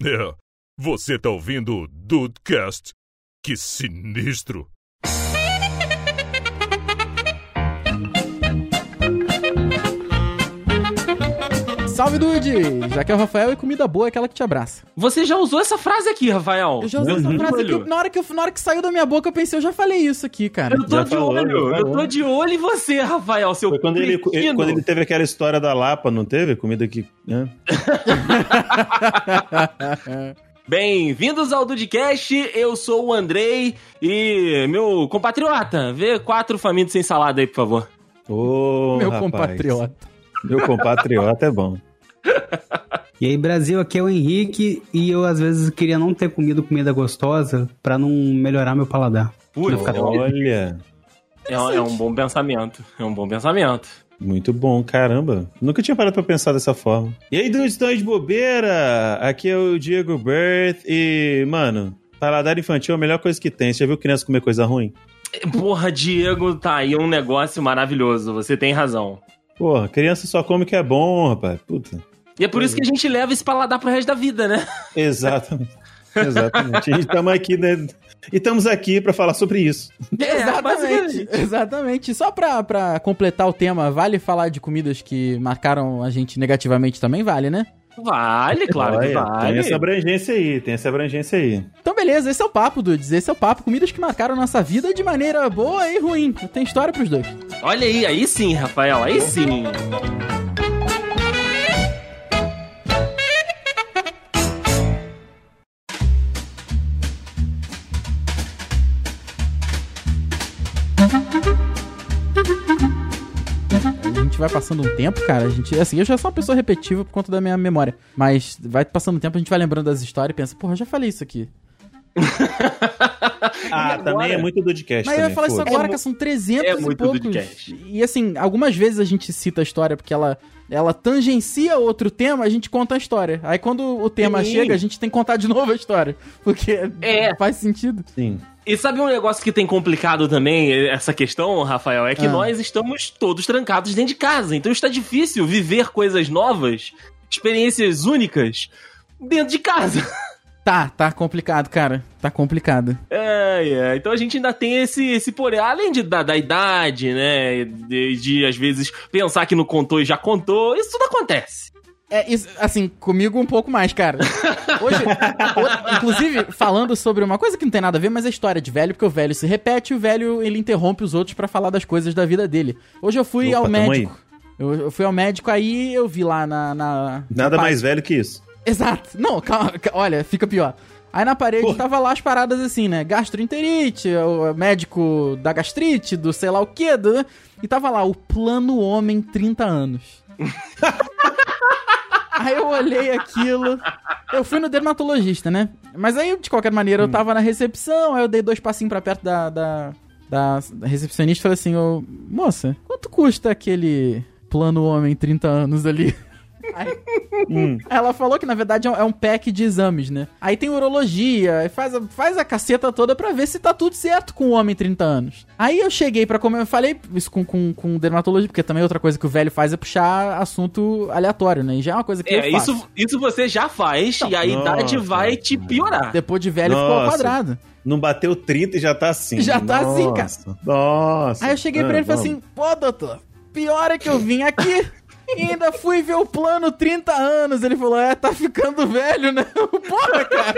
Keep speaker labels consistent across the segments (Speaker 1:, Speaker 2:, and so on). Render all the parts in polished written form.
Speaker 1: É, você tá ouvindo o Dudecast? Que sinistro!
Speaker 2: Salve, Dude! Já que é o Rafael e comida boa é aquela que te abraça.
Speaker 3: Você já usou essa frase aqui, Rafael?
Speaker 2: Eu já usei essa frase aqui. Na hora que saiu da minha boca, eu pensei, eu já falei isso aqui, cara.
Speaker 3: Eu tô de olho em você, Rafael, seu
Speaker 4: Foi quando ele teve aquela história da Lapa, não teve? Comida que... Né?
Speaker 3: Bem-vindos ao Dudecast, eu sou o Andrei e meu compatriota, vê 4 famintos sem salada aí, por favor.
Speaker 4: Ô,
Speaker 2: Meu
Speaker 4: rapaz.
Speaker 2: compatriota.
Speaker 4: Meu compatriota é bom.
Speaker 5: E aí, Brasil, aqui é o Henrique e eu às vezes queria não ter comido comida gostosa pra não melhorar meu paladar.
Speaker 4: Olha,
Speaker 3: É um bom pensamento,
Speaker 4: muito bom, caramba. Nunca tinha parado pra pensar dessa forma. E aí, dudes, estão de bobeira? Aqui é o Diego Berth e, mano, paladar infantil é a melhor coisa que tem. Você já viu criança comer coisa ruim?
Speaker 3: Porra, Diego, tá aí um negócio maravilhoso, você tem razão.
Speaker 4: Porra, criança só come o que é bom, rapaz. Puta.
Speaker 3: E é por isso que a gente leva esse paladar pro resto da vida, né?
Speaker 4: Exatamente. Exatamente. A gente estamos aqui, né? E estamos aqui pra falar sobre isso.
Speaker 2: Exatamente. Só pra completar o tema, vale falar de comidas que marcaram a gente negativamente também? Vale, né?
Speaker 3: Vale, claro que vale.
Speaker 4: Tem essa abrangência aí.
Speaker 2: Então beleza, esse é o papo, Dudes. Esse é o papo. Comidas que marcaram nossa vida de maneira boa e ruim. Tem história pros dois.
Speaker 3: Olha aí sim, Rafael, aí sim.
Speaker 2: A gente vai passando um tempo, cara, eu já sou uma pessoa repetitiva por conta da minha memória, mas vai passando um tempo, a gente vai lembrando das histórias e pensa, porra, eu já falei isso aqui.
Speaker 4: Também é muito Dudecast.
Speaker 2: Mas eu ia falar isso agora, que são 300 e poucos.
Speaker 3: Dudecast.
Speaker 2: E assim, algumas vezes a gente cita a história porque ela tangencia outro tema, a gente conta a história. Aí quando o tema chega, a gente tem que contar de novo a história. Porque faz sentido.
Speaker 4: Sim.
Speaker 3: E sabe um negócio que tem complicado também, essa questão, Rafael? É que nós estamos todos trancados dentro de casa. Então está difícil viver coisas novas, experiências únicas, dentro de casa.
Speaker 2: Tá complicado, cara. Tá complicado.
Speaker 3: Então a gente ainda tem esse porém, além da idade, né, de às vezes pensar que não contou e já contou, isso tudo acontece.
Speaker 2: Isso, assim, comigo um pouco mais, cara. Hoje, inclusive, falando sobre uma coisa que não tem nada a ver, mas é história de velho, porque o velho se repete e o velho, ele interrompe os outros pra falar das coisas da vida dele. Hoje eu fui ao médico. Eu fui ao médico, aí eu vi lá
Speaker 4: Nada mais velho que isso.
Speaker 2: Exato. Não, calma, olha, fica pior. Aí na parede tava lá as paradas assim, né? Gastroenterite, o médico da gastrite, do sei lá o quê, e tava lá, o plano homem 30 anos. Aí eu olhei aquilo, eu fui no dermatologista, né? Mas aí, de qualquer maneira, eu tava na recepção, aí eu dei 2 passinhos pra perto da recepcionista e falei assim, moça, quanto custa aquele plano homem 30 anos ali? Aí, ela falou que na verdade é um pack de exames, né? Aí tem urologia, faz a caceta toda pra ver se tá tudo certo com o homem 30 anos. Aí eu cheguei pra comer, eu falei isso com o dermatologista, porque também outra coisa que o velho faz é puxar assunto aleatório, né? E já é uma coisa que eu faço.
Speaker 3: Isso você já faz, e a idade vai te piorar.
Speaker 2: Depois de velho ficou ao quadrado.
Speaker 4: Não bateu 30 e já tá assim.
Speaker 2: Já tá assim, cara.
Speaker 4: Nossa.
Speaker 2: Aí eu cheguei pra ele e falei assim, pô, doutor, pior é que eu vim aqui... E ainda fui ver o plano 30 anos. Ele falou, tá ficando velho, né? Porra, cara.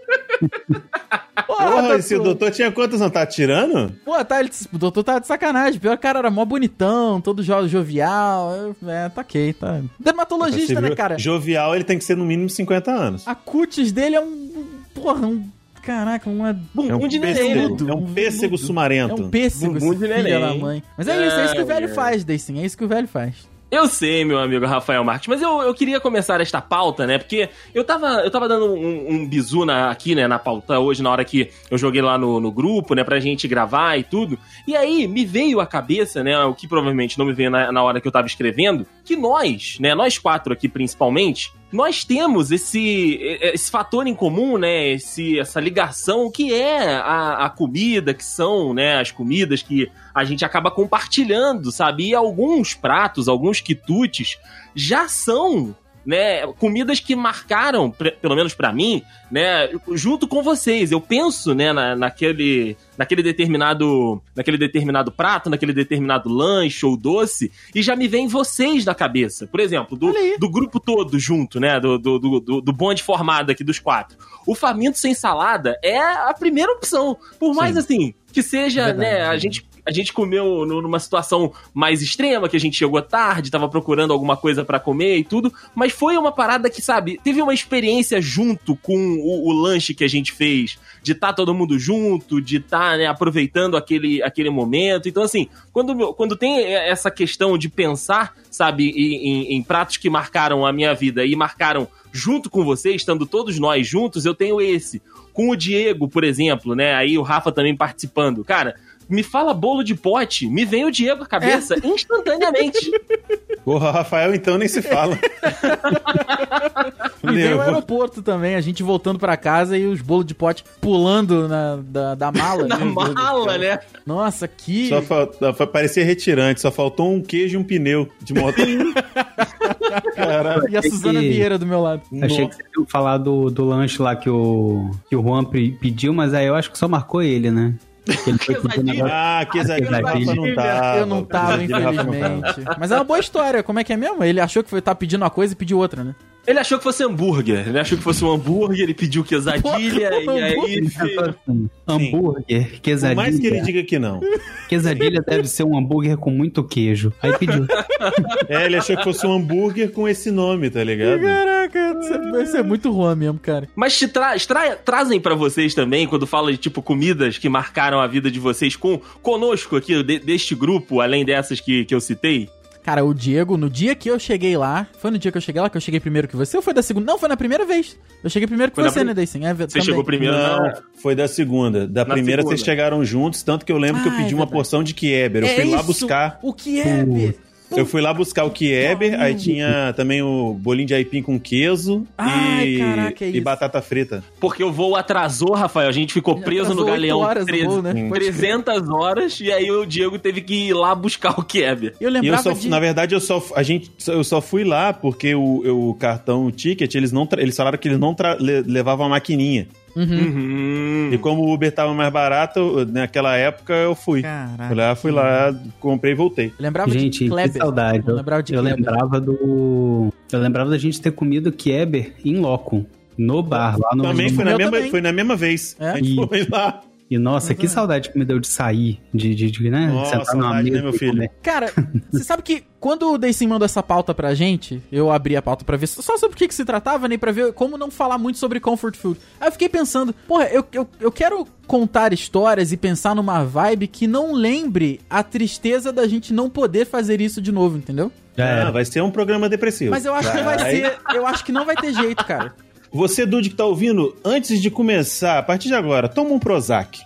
Speaker 4: Porra, esse doutor tinha quantos anos? Tá tirando?
Speaker 2: Pô, o doutor tava de sacanagem. Pior que o cara era mó bonitão, todo jovial. Tá ok, tá. Dermatologista, né, cara?
Speaker 4: Jovial, ele tem que ser no mínimo 50 anos.
Speaker 2: A cutis dele é caraca,
Speaker 3: bumbum de neném.
Speaker 4: É um pêssego sumarento.
Speaker 2: É um pêssego,
Speaker 3: bumbum de neném.
Speaker 2: Da mãe. Mas é isso que o velho faz, Deicin. É isso que o velho faz.
Speaker 3: Eu sei, meu amigo Rafael Marques, mas eu queria começar esta pauta, né, porque eu tava dando um bizu aqui, né, na pauta hoje, na hora que eu joguei lá no grupo, né, pra gente gravar e tudo, e aí me veio à cabeça, né, o que provavelmente não me veio na hora que eu tava escrevendo, que nós 4 aqui principalmente, nós temos esse fator em comum, né, essa ligação que é a comida, que são, né, as comidas que a gente acaba compartilhando, sabe? E alguns pratos, alguns quitutes já são né, comidas que marcaram, pelo menos pra mim, né, junto com vocês. Eu penso, né, naquele determinado prato, naquele determinado lanche ou doce, e já me vem vocês na cabeça. Por exemplo, do grupo todo junto, né, do bonde formado aqui dos 4. O faminto sem salada é a primeira opção. Por mais, assim, que seja, né, a gente comeu numa situação mais extrema, que a gente chegou tarde, tava procurando alguma coisa pra comer e tudo, mas foi uma parada que, sabe, teve uma experiência junto com o lanche que a gente fez, de estar todo mundo junto, de estar, né, aproveitando aquele momento. Então, assim, quando tem essa questão de pensar, sabe, em pratos que marcaram a minha vida e marcaram junto com vocês, estando todos nós juntos, eu tenho esse. Com o Diego, por exemplo, né, aí o Rafa também participando. Cara, me fala bolo de pote, me vem o Diego à cabeça instantaneamente.
Speaker 4: Porra, Rafael, então nem se fala.
Speaker 2: E veio o aeroporto também, a gente voltando pra casa e os bolos de pote pulando da mala.
Speaker 3: Na mala, né?
Speaker 2: Nossa, que...
Speaker 4: Parecia retirante, só faltou um queijo e um pneu de moto.
Speaker 2: Caralho. E a Suzana Vieira do meu lado.
Speaker 5: Achei que você ia falar do lanche lá que o Juan pediu, mas aí eu acho que só marcou ele, né? Ele foi
Speaker 4: quesadilha.
Speaker 2: Eu não tava, infelizmente. Mas é uma boa história, como é que é mesmo? Ele achou que tá pedindo uma coisa e pediu outra, né?
Speaker 3: Ele achou que fosse hambúrguer. Ele achou que fosse um hambúrguer, ele pediu quesadilha, e aí...
Speaker 5: Hambúrguer, quesadilha.
Speaker 4: Por mais que ele diga que não.
Speaker 5: Quesadilha deve ser um hambúrguer com muito queijo. Aí pediu.
Speaker 4: Ele achou que fosse um hambúrguer com esse nome, tá ligado?
Speaker 2: Caraca, isso é muito ruim mesmo, cara.
Speaker 3: Mas trazem pra vocês também, quando fala de, tipo, comidas que marcaram a vida de vocês conosco aqui, deste grupo, além dessas que eu citei?
Speaker 2: Cara, o Diego, no dia que eu cheguei lá... Foi no dia que eu cheguei lá que eu cheguei primeiro que você? Ou foi da segunda? Não, foi na primeira vez. Eu cheguei primeiro que você, né, Daysen?
Speaker 3: Você chegou primeiro?
Speaker 4: Não, foi da segunda. Da primeira vocês chegaram juntos, tanto que eu lembro que eu pedi uma porção de Kieber. Eu fui lá buscar...
Speaker 2: O Kieber!
Speaker 4: Eu fui lá buscar o Kieber, aí tinha também o bolinho de aipim com queijo e batata frita.
Speaker 3: Porque o voo atrasou, Rafael, a gente ficou preso no Galeão 300 horas, e aí o Diego teve que ir lá buscar o Kieber.
Speaker 4: Na verdade, eu só fui lá porque o cartão, o ticket, eles falaram que eles não levavam a maquininha. E como o Uber tava mais barato, naquela época eu fui. Caraca. Fui lá, comprei e voltei.
Speaker 2: Eu lembrava
Speaker 5: gente,
Speaker 2: de Kleber.
Speaker 5: Que saudade. Eu lembrava da gente ter comido Kieber in loco, no bar, lá no...
Speaker 4: Também foi na mesma vez. A gente foi lá.
Speaker 5: E nossa, que saudade que me deu de sair, né?
Speaker 4: Nossa, sentar numa mesa, né, meu filho?
Speaker 2: Comer. Cara, você sabe que quando o Daysen mandou essa pauta pra gente, eu abri a pauta pra ver só sobre o que se tratava, nem pra ver como não falar muito sobre comfort food. Aí eu fiquei pensando, porra, eu quero contar histórias e pensar numa vibe que não lembre a tristeza da gente não poder fazer isso de novo, entendeu?
Speaker 4: Vai ser um programa depressivo.
Speaker 2: Mas eu acho que vai ser, eu acho que não vai ter jeito, cara.
Speaker 4: Você, Dude, que tá ouvindo, antes de começar, a partir de agora, toma um Prozac.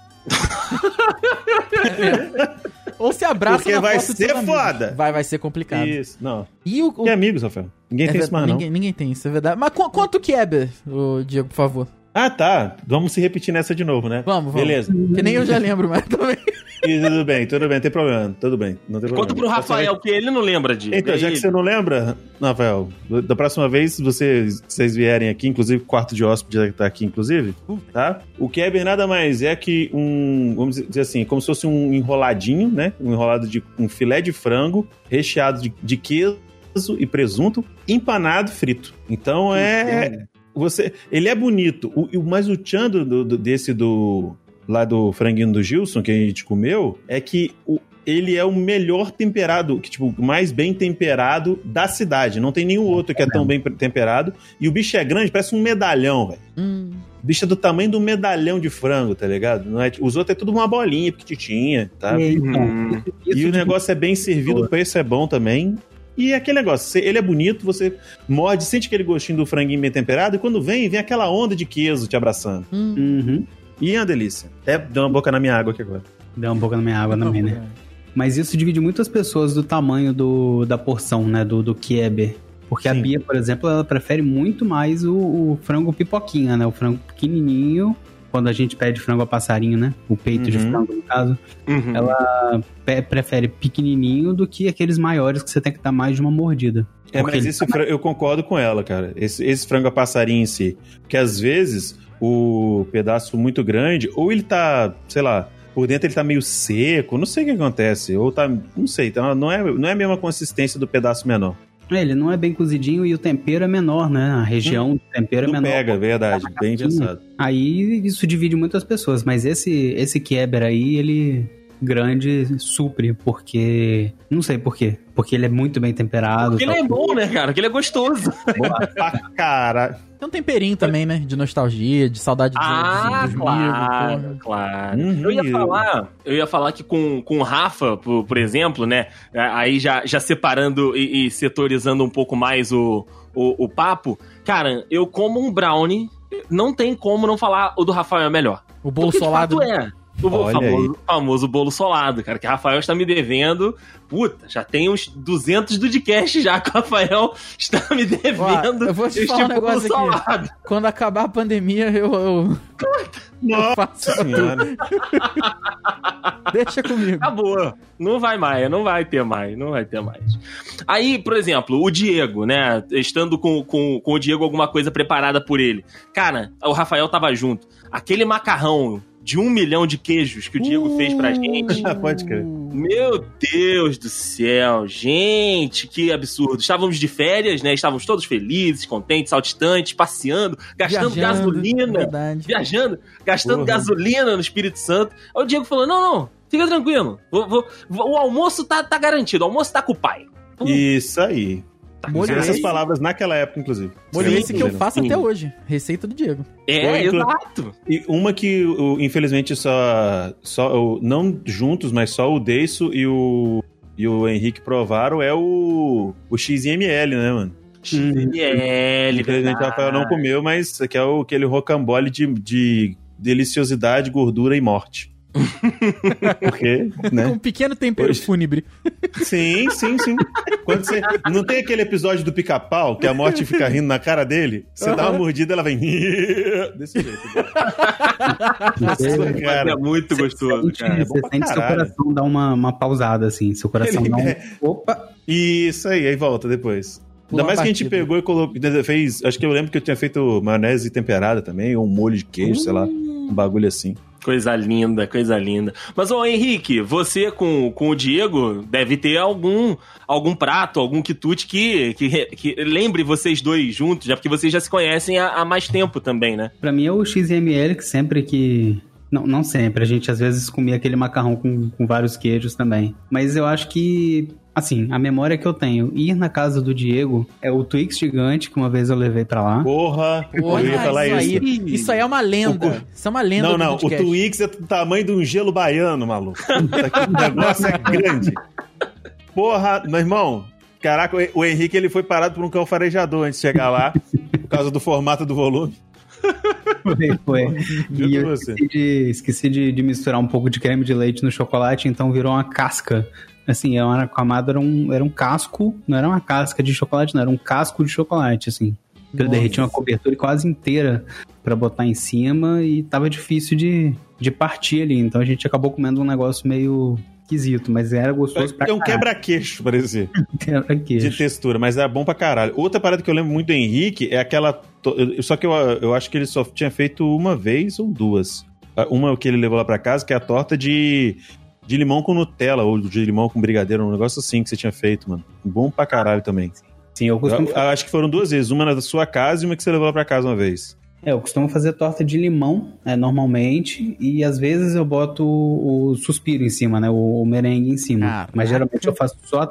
Speaker 2: Ou se abraça.
Speaker 4: Porque vai ser foda.
Speaker 2: Vai ser complicado.
Speaker 4: Isso, não.
Speaker 2: E
Speaker 4: Tem amigos, Rafael. Ninguém tem isso mais, não.
Speaker 2: Ninguém tem, isso é verdade. Mas quanto que é, Diego, por favor?
Speaker 4: Ah, tá. Vamos se repetir nessa de novo, né?
Speaker 2: Vamos.
Speaker 4: Beleza.
Speaker 2: Que nem eu já lembro, mas também.
Speaker 4: Tudo bem, não tem problema. Tudo bem, não tem problema.
Speaker 3: Conta pro Rafael, que ele não lembra de...
Speaker 4: Então, já que você não lembra, Rafael, da próxima vez, se vocês vierem aqui, inclusive o quarto de hóspede já tá aqui, inclusive, tá? O Kieber nada mais é que vamos dizer assim, como se fosse um enroladinho, né? Um enrolado de um filé de frango recheado de queijo e presunto, empanado frito. Então ele é bonito, mas o tchan lá do franguinho do Gilson, que a gente comeu, é que ele é o melhor temperado, que, tipo, mais bem temperado da cidade. Não tem nenhum outro que é tão bem temperado. E o bicho é grande, parece um medalhão, velho. O bicho é do tamanho do medalhão de frango, tá ligado? Não é, os outros é tudo uma bolinha pequititinha, tá? E o negócio é bem servido, o preço é bom também. E é aquele negócio, ele é bonito, você morde, sente aquele gostinho do franguinho bem temperado, e quando vem aquela onda de queijo te abraçando. E é uma delícia. Deu uma boca na minha água aqui agora.
Speaker 5: Deu uma boca na minha água também, né? Mas isso divide muitas pessoas do tamanho da porção, né? Do Kieber. Porque Sim. A Bia, por exemplo, ela prefere muito mais o frango pipoquinha, né? O frango pequenininho quando a gente pede frango a passarinho, né? O peito de frango, no caso. Ela prefere pequenininho do que aqueles maiores que você tem que dar mais de uma mordida.
Speaker 4: Mas esse eu concordo com ela, cara. Esse frango a passarinho em si. Porque às vezes o pedaço muito grande, ou ele tá, sei lá, por dentro ele tá meio seco, não sei o que acontece. Ou tá, não sei, então não é a mesma consistência do pedaço menor.
Speaker 5: Ele não é bem cozidinho e o tempero é menor, né? A região do tempero é menor.
Speaker 4: Pega, verdade, bem pensado.
Speaker 5: Aí isso divide muitas pessoas, mas esse Kieber aí, ele grande supre, porque... Não sei por quê. Porque ele é muito bem temperado.
Speaker 3: Porque ele é bom, né, cara? Porque ele é gostoso.
Speaker 4: Cara...
Speaker 2: Tem um temperinho também, né? De nostalgia, de saudade dos
Speaker 3: claro, claro. Eu ia falar que com o Rafa, por exemplo, né? Aí já separando e setorizando um pouco mais o papo. Cara, eu como um brownie, não tem como não falar o do Rafael é melhor.
Speaker 2: O bolo solado.
Speaker 3: De fato é. O famoso bolo solado, cara, que o Rafael está me devendo. Puta, já tem uns 200 do podcast já que o Rafael está me devendo.
Speaker 2: Eu vou te falar um negócio solado. Aqui. Quando acabar a pandemia, eu faço tudo. Deixa comigo.
Speaker 3: Acabou. Não vai ter mais. Aí, por exemplo, o Diego, né? Estando com o Diego alguma coisa preparada por ele. Cara, o Rafael tava junto. Aquele macarrão de 1 milhão de queijos que o Diego fez pra gente.
Speaker 4: Pode crer.
Speaker 3: Meu Deus do céu, gente, que absurdo. Estávamos de férias, né? Estávamos todos felizes, contentes, saltitantes, passeando, gastando gasolina.
Speaker 2: Verdade.
Speaker 3: Viajando, gastando gasolina no Espírito Santo. Aí o Diego falou, não, fica tranquilo. O almoço tá garantido, o almoço tá com o pai.
Speaker 4: Isso aí.
Speaker 2: Molho
Speaker 4: essas palavras naquela época, inclusive.
Speaker 2: Molho esse que eu faço até hoje. Receita do Diego.
Speaker 3: Exato.
Speaker 4: E uma que, infelizmente, só não juntos, mas só o Deiso e o Henrique provaram é o XML, né, mano?
Speaker 3: XML.
Speaker 4: Infelizmente o Rafael não comeu, mas que é aquele rocambole de deliciosidade, gordura e morte. Porque, né?
Speaker 2: Com um pequeno tempero fúnebre.
Speaker 4: Sim. Quando você... Não tem aquele episódio do Pica-Pau que a morte fica rindo na cara dele? Você dá uma mordida, ela vem desse jeito.
Speaker 3: Cara, é muito gostoso, cara.
Speaker 5: Você sente seu coração dar uma pausada, assim. Seu coração dá Opa!
Speaker 4: Isso aí volta depois. Ainda mais que a gente pegou e fez... Acho que eu lembro que eu tinha feito maionese temperada também, ou um molho de queijo, sei lá, um bagulho assim.
Speaker 3: Coisa linda. Mas, Henrique, você com o Diego deve ter algum prato, algum quitute que lembre vocês dois juntos, já porque vocês já se conhecem há mais tempo também, né?
Speaker 5: Pra mim é o XML, que sempre que... Não sempre, a gente às vezes comia aquele macarrão com vários queijos também. Mas eu acho que... Assim, a memória que eu tenho, ir na casa do Diego é o Twix gigante, que uma vez eu levei pra lá.
Speaker 4: Porra, eu ia falar isso.
Speaker 2: Isso aí é uma lenda. Isso é uma lenda.
Speaker 4: Não, o Twix é do tamanho de um gelo baiano, maluco. O negócio é grande. Porra, meu irmão, caraca, o Henrique ele foi parado por um cão farejador antes de chegar lá, por causa do formato do volume.
Speaker 5: Foi. E eu esqueci de misturar um pouco de creme de leite no chocolate, então virou uma casca. Assim, a camada era um casco, não era uma casca de chocolate, não, era um casco de chocolate, assim. Eu derreti uma cobertura quase inteira pra botar em cima e tava difícil de partir ali, então a gente acabou comendo um negócio meio esquisito, mas era gostoso pra caralho.
Speaker 4: É um quebra-queixo, parecia.
Speaker 5: Quebra-queixo.
Speaker 4: De textura, mas era bom pra caralho. Outra parada que eu lembro muito do Henrique é aquela... Só que eu acho que ele só tinha feito uma vez ou duas. Uma que ele levou lá pra casa, que é a torta de limão com Nutella, ou de limão com brigadeiro, um negócio assim que você tinha feito, mano. Bom pra caralho também.
Speaker 5: Sim, eu
Speaker 4: acho que foram 2 vezes, uma na sua casa e uma que você levou lá pra casa uma vez.
Speaker 5: Eu costumo fazer torta de limão, normalmente, e às vezes eu boto o suspiro em cima, né, o merengue em cima. Caraca. Mas geralmente eu faço só a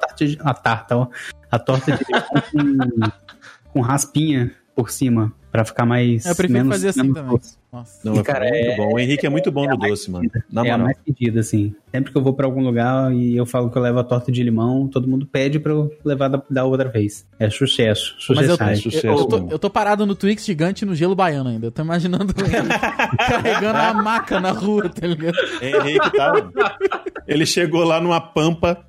Speaker 5: torta de limão com raspinha por cima, pra ficar mais...
Speaker 2: Eu prefiro fazer assim também.
Speaker 4: Nossa. Não, cara, é muito bom. O Henrique é muito bom no doce, mano. Na moral.
Speaker 5: A mais pedida, assim. Sempre que eu vou pra algum lugar e eu falo que eu levo a torta de limão, todo mundo pede pra eu levar da outra vez. É sucesso.
Speaker 2: Mas eu tô parado no Twix gigante no gelo baiano ainda. Eu tô imaginando ele carregando a maca na rua, tá ligado?
Speaker 4: Henrique tá... Ele chegou lá numa pampa.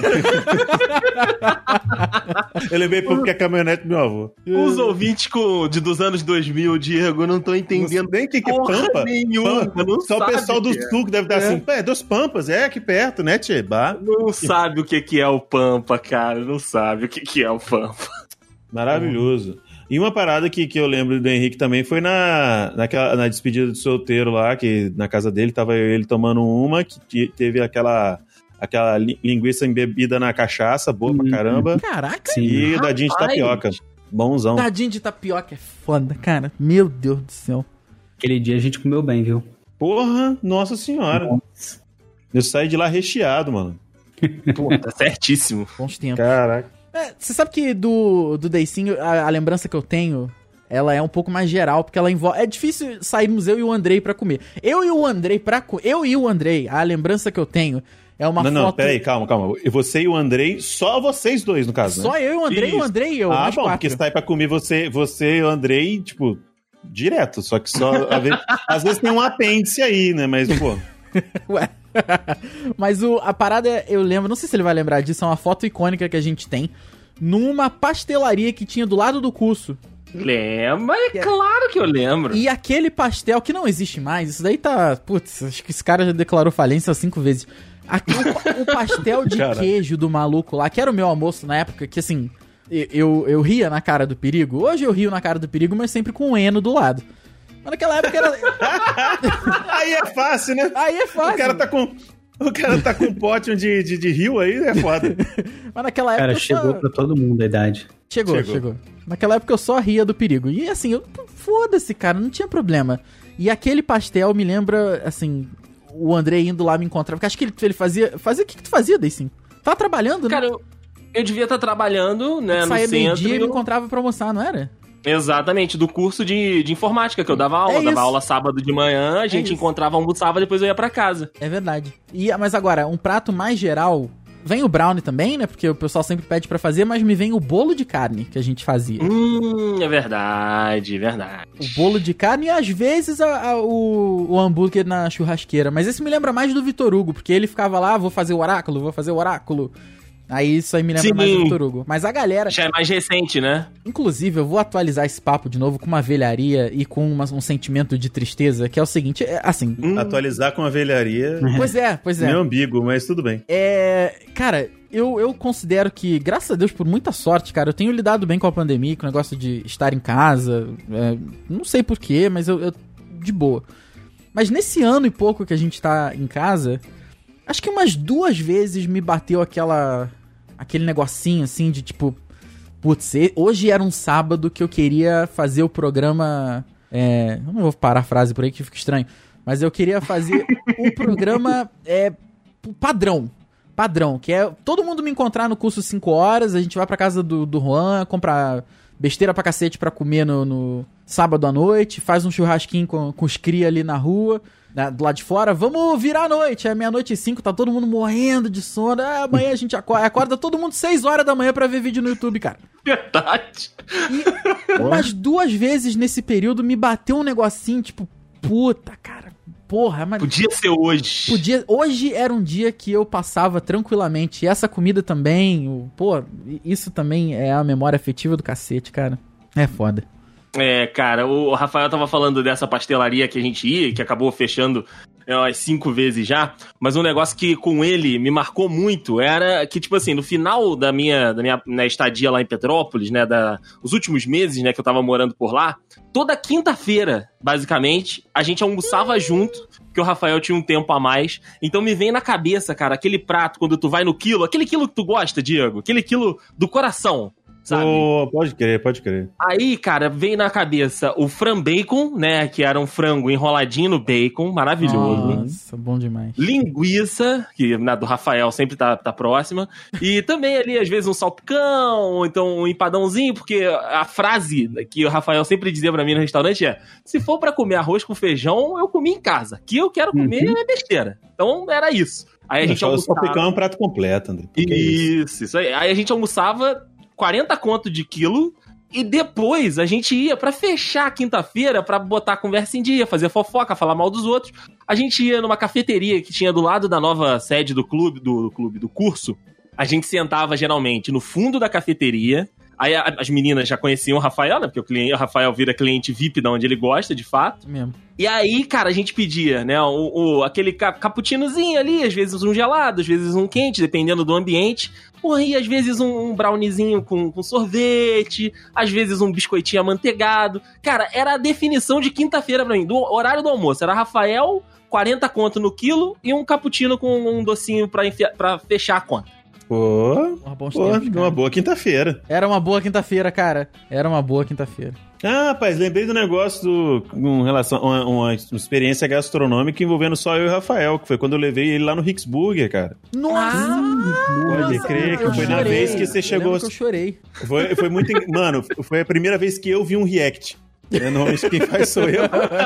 Speaker 4: Eu levei porque é a caminhonete do meu avô.
Speaker 3: Os ouvintes dos anos 2000, Diego, não estão entendendo
Speaker 4: nem o que é pampa
Speaker 3: nenhuma. Não
Speaker 4: só o pessoal do sul que deve estar assim, dos Pampas, aqui perto, né, tchê?
Speaker 3: Não sabe o que é o Pampa, cara. Não sabe o que é o Pampa.
Speaker 4: Maravilhoso. E uma parada que eu lembro do Henrique também foi na despedida de solteiro lá, que na casa dele tava eu e ele tomando uma, que teve aquela linguiça embebida na cachaça, boa pra caramba.
Speaker 2: Caraca!
Speaker 4: E dadinho de tapioca. Bonzão.
Speaker 2: Dadinho de tapioca é foda, cara. Meu Deus do céu.
Speaker 5: Aquele dia a gente comeu bem, viu?
Speaker 4: Porra, nossa senhora. Nossa. Eu saí de lá recheado, mano.
Speaker 3: Pô, tá certíssimo.
Speaker 2: Bons tempos.
Speaker 4: Caraca.
Speaker 2: Você sabe que do Deicinho, a lembrança que eu tenho, ela é um pouco mais geral, porque ela envolve... É difícil sairmos eu e o Andrei pra comer. Eu e o Andrei, a lembrança que eu tenho é uma foto... Não,
Speaker 4: peraí, calma. Você e o Andrei, só vocês dois, no caso, né?
Speaker 2: Só eu e o Andrei,
Speaker 4: isso.
Speaker 2: E o Andrei e eu.
Speaker 4: Ah, bom, porque você tá aí pra comer você e o Andrei, tipo, direto. Só que às vezes tem um apêndice aí, né? Mas, pô...
Speaker 2: Ué... Mas a parada, eu lembro, não sei se ele vai lembrar disso, é uma foto icônica que a gente tem numa pastelaria que tinha do lado do curso.
Speaker 3: Lembra? É claro que eu lembro.
Speaker 2: E aquele pastel que não existe mais, isso daí tá... Putz, acho que esse cara já declarou falência 5 vezes. O pastel de queijo do maluco lá, que era o meu almoço na época, que assim, eu ria na cara do perigo. Hoje eu rio na cara do perigo, mas sempre com o Eno do lado. Mas naquela época era...
Speaker 4: Aí é fácil, né?
Speaker 2: Aí é fácil.
Speaker 4: O cara tá com um pote de rio aí, é foda.
Speaker 2: Mas naquela época...
Speaker 5: Cara, chegou pra todo mundo a idade.
Speaker 2: Chegou. Naquela época eu só ria do perigo. E assim, foda-se, cara, não tinha problema. E aquele pastel me lembra, assim, o André indo lá me encontrar. Porque acho que ele fazia... O que tu fazia, Deicinho? Tava trabalhando, né?
Speaker 3: Cara, eu devia estar trabalhando, né, no centro.
Speaker 2: Saía meio-dia e me encontrava pra almoçar, não era?
Speaker 3: Exatamente, do curso de informática que eu dava aula. Dava aula sábado de manhã, a gente encontrava, almoçava, depois eu ia pra casa.
Speaker 2: É verdade. Mas agora, um prato mais geral... Vem o brownie também, né? Porque o pessoal sempre pede pra fazer, mas me vem o bolo de carne que a gente fazia.
Speaker 3: É verdade.
Speaker 2: O bolo de carne e às vezes o hambúrguer na churrasqueira. Mas esse me lembra mais do Vitor Hugo, porque ele ficava lá, vou fazer o oráculo. Aí isso aí me lembra mais do Vitor Hugo. Mas a galera...
Speaker 3: Já é mais recente, né?
Speaker 2: Inclusive, eu vou atualizar esse papo de novo com uma velharia e com um sentimento de tristeza, que é o seguinte, assim...
Speaker 4: Atualizar com uma velharia...
Speaker 2: Pois é.
Speaker 4: Meu umbigo, mas tudo bem.
Speaker 2: Cara, eu considero que, graças a Deus, por muita sorte, cara, eu tenho lidado bem com a pandemia, com o negócio de estar em casa. Não sei porquê, mas eu de boa. Mas nesse ano e pouco que a gente tá em casa, acho que umas 2 vezes me bateu aquele negocinho, assim, de tipo... Putz, hoje era um sábado que eu queria fazer o programa... eu não vou parar a frase por aí que fica estranho. Mas eu queria fazer um programa padrão, que é todo mundo me encontrar no curso 5 horas, a gente vai pra casa do Juan, comprar besteira pra cacete pra comer no sábado à noite, faz um churrasquinho com os cria ali na rua... do lado de fora, vamos virar a noite. É 00:05, tá todo mundo morrendo de sono. Amanhã a gente acorda todo mundo 6 horas da manhã pra ver vídeo no YouTube, cara.
Speaker 3: Verdade.
Speaker 2: E umas 2 vezes nesse período me bateu um negocinho, tipo, puta, cara, porra. Mas
Speaker 3: podia ser hoje.
Speaker 2: Hoje era um dia que eu passava tranquilamente. E essa comida também, isso também é a memória afetiva do cacete, cara. É foda.
Speaker 3: Cara, o Rafael tava falando dessa pastelaria que a gente ia, que acabou fechando umas 5 vezes já, mas um negócio que com ele me marcou muito era que, tipo assim, no final da minha estadia lá em Petrópolis, né, os últimos meses, né, que eu tava morando por lá, toda quinta-feira, basicamente, a gente almoçava junto, porque o Rafael tinha um tempo a mais, então me vem na cabeça, cara, aquele prato, quando tu vai no quilo, aquele quilo que tu gosta, Diego, aquele quilo do coração, sabe?
Speaker 4: Pode crer.
Speaker 3: Aí, cara, veio na cabeça o bacon, né? Que era um frango enroladinho no bacon, maravilhoso.
Speaker 2: Nossa, bom demais.
Speaker 3: Linguiça, que na do Rafael sempre tá próxima. E também ali, às vezes, um salpicão, ou então um empadãozinho, porque a frase que o Rafael sempre dizia pra mim no restaurante é: se for pra comer arroz com feijão, eu comi em casa. Que eu quero comer é besteira. Então, era isso. Aí a gente almoçava...
Speaker 4: O salpicão é um prato completo, André.
Speaker 3: Isso aí. Aí a gente almoçava 40 conto de quilo, E depois a gente ia pra fechar a quinta-feira, pra botar a conversa em dia, fazer fofoca, falar mal dos outros. A gente ia numa cafeteria que tinha do lado da nova sede do curso. A gente sentava geralmente no fundo da cafeteria. Aí as meninas já conheciam o Rafael, né? Porque o Rafael vira cliente VIP da onde ele gosta, de fato.
Speaker 2: Mesmo.
Speaker 3: E aí, cara, a gente pedia, né? Aquele cappuccinozinho ali, às vezes um gelado, às vezes um quente, dependendo do ambiente. Porra, e às vezes um browniezinho com sorvete, às vezes um biscoitinho amanteigado. Cara, era a definição de quinta-feira pra mim, do horário do almoço. Era Rafael, 40 conto no quilo e um cappuccino com um docinho pra fechar a conta.
Speaker 4: Pô, uma boa quinta-feira.
Speaker 2: Era uma boa quinta-feira, cara. Era uma boa quinta-feira.
Speaker 4: Ah, rapaz, lembrei do negócio com relação a uma experiência gastronômica envolvendo só eu e o Rafael, que foi quando eu levei ele lá no Rick's Burger, cara.
Speaker 2: Nossa!
Speaker 4: Pode crer que foi na vez que você chegou.
Speaker 2: Eu chorei.
Speaker 4: Foi muito. Mano, foi a primeira vez que eu vi um react. Normalmente quem faz sou eu.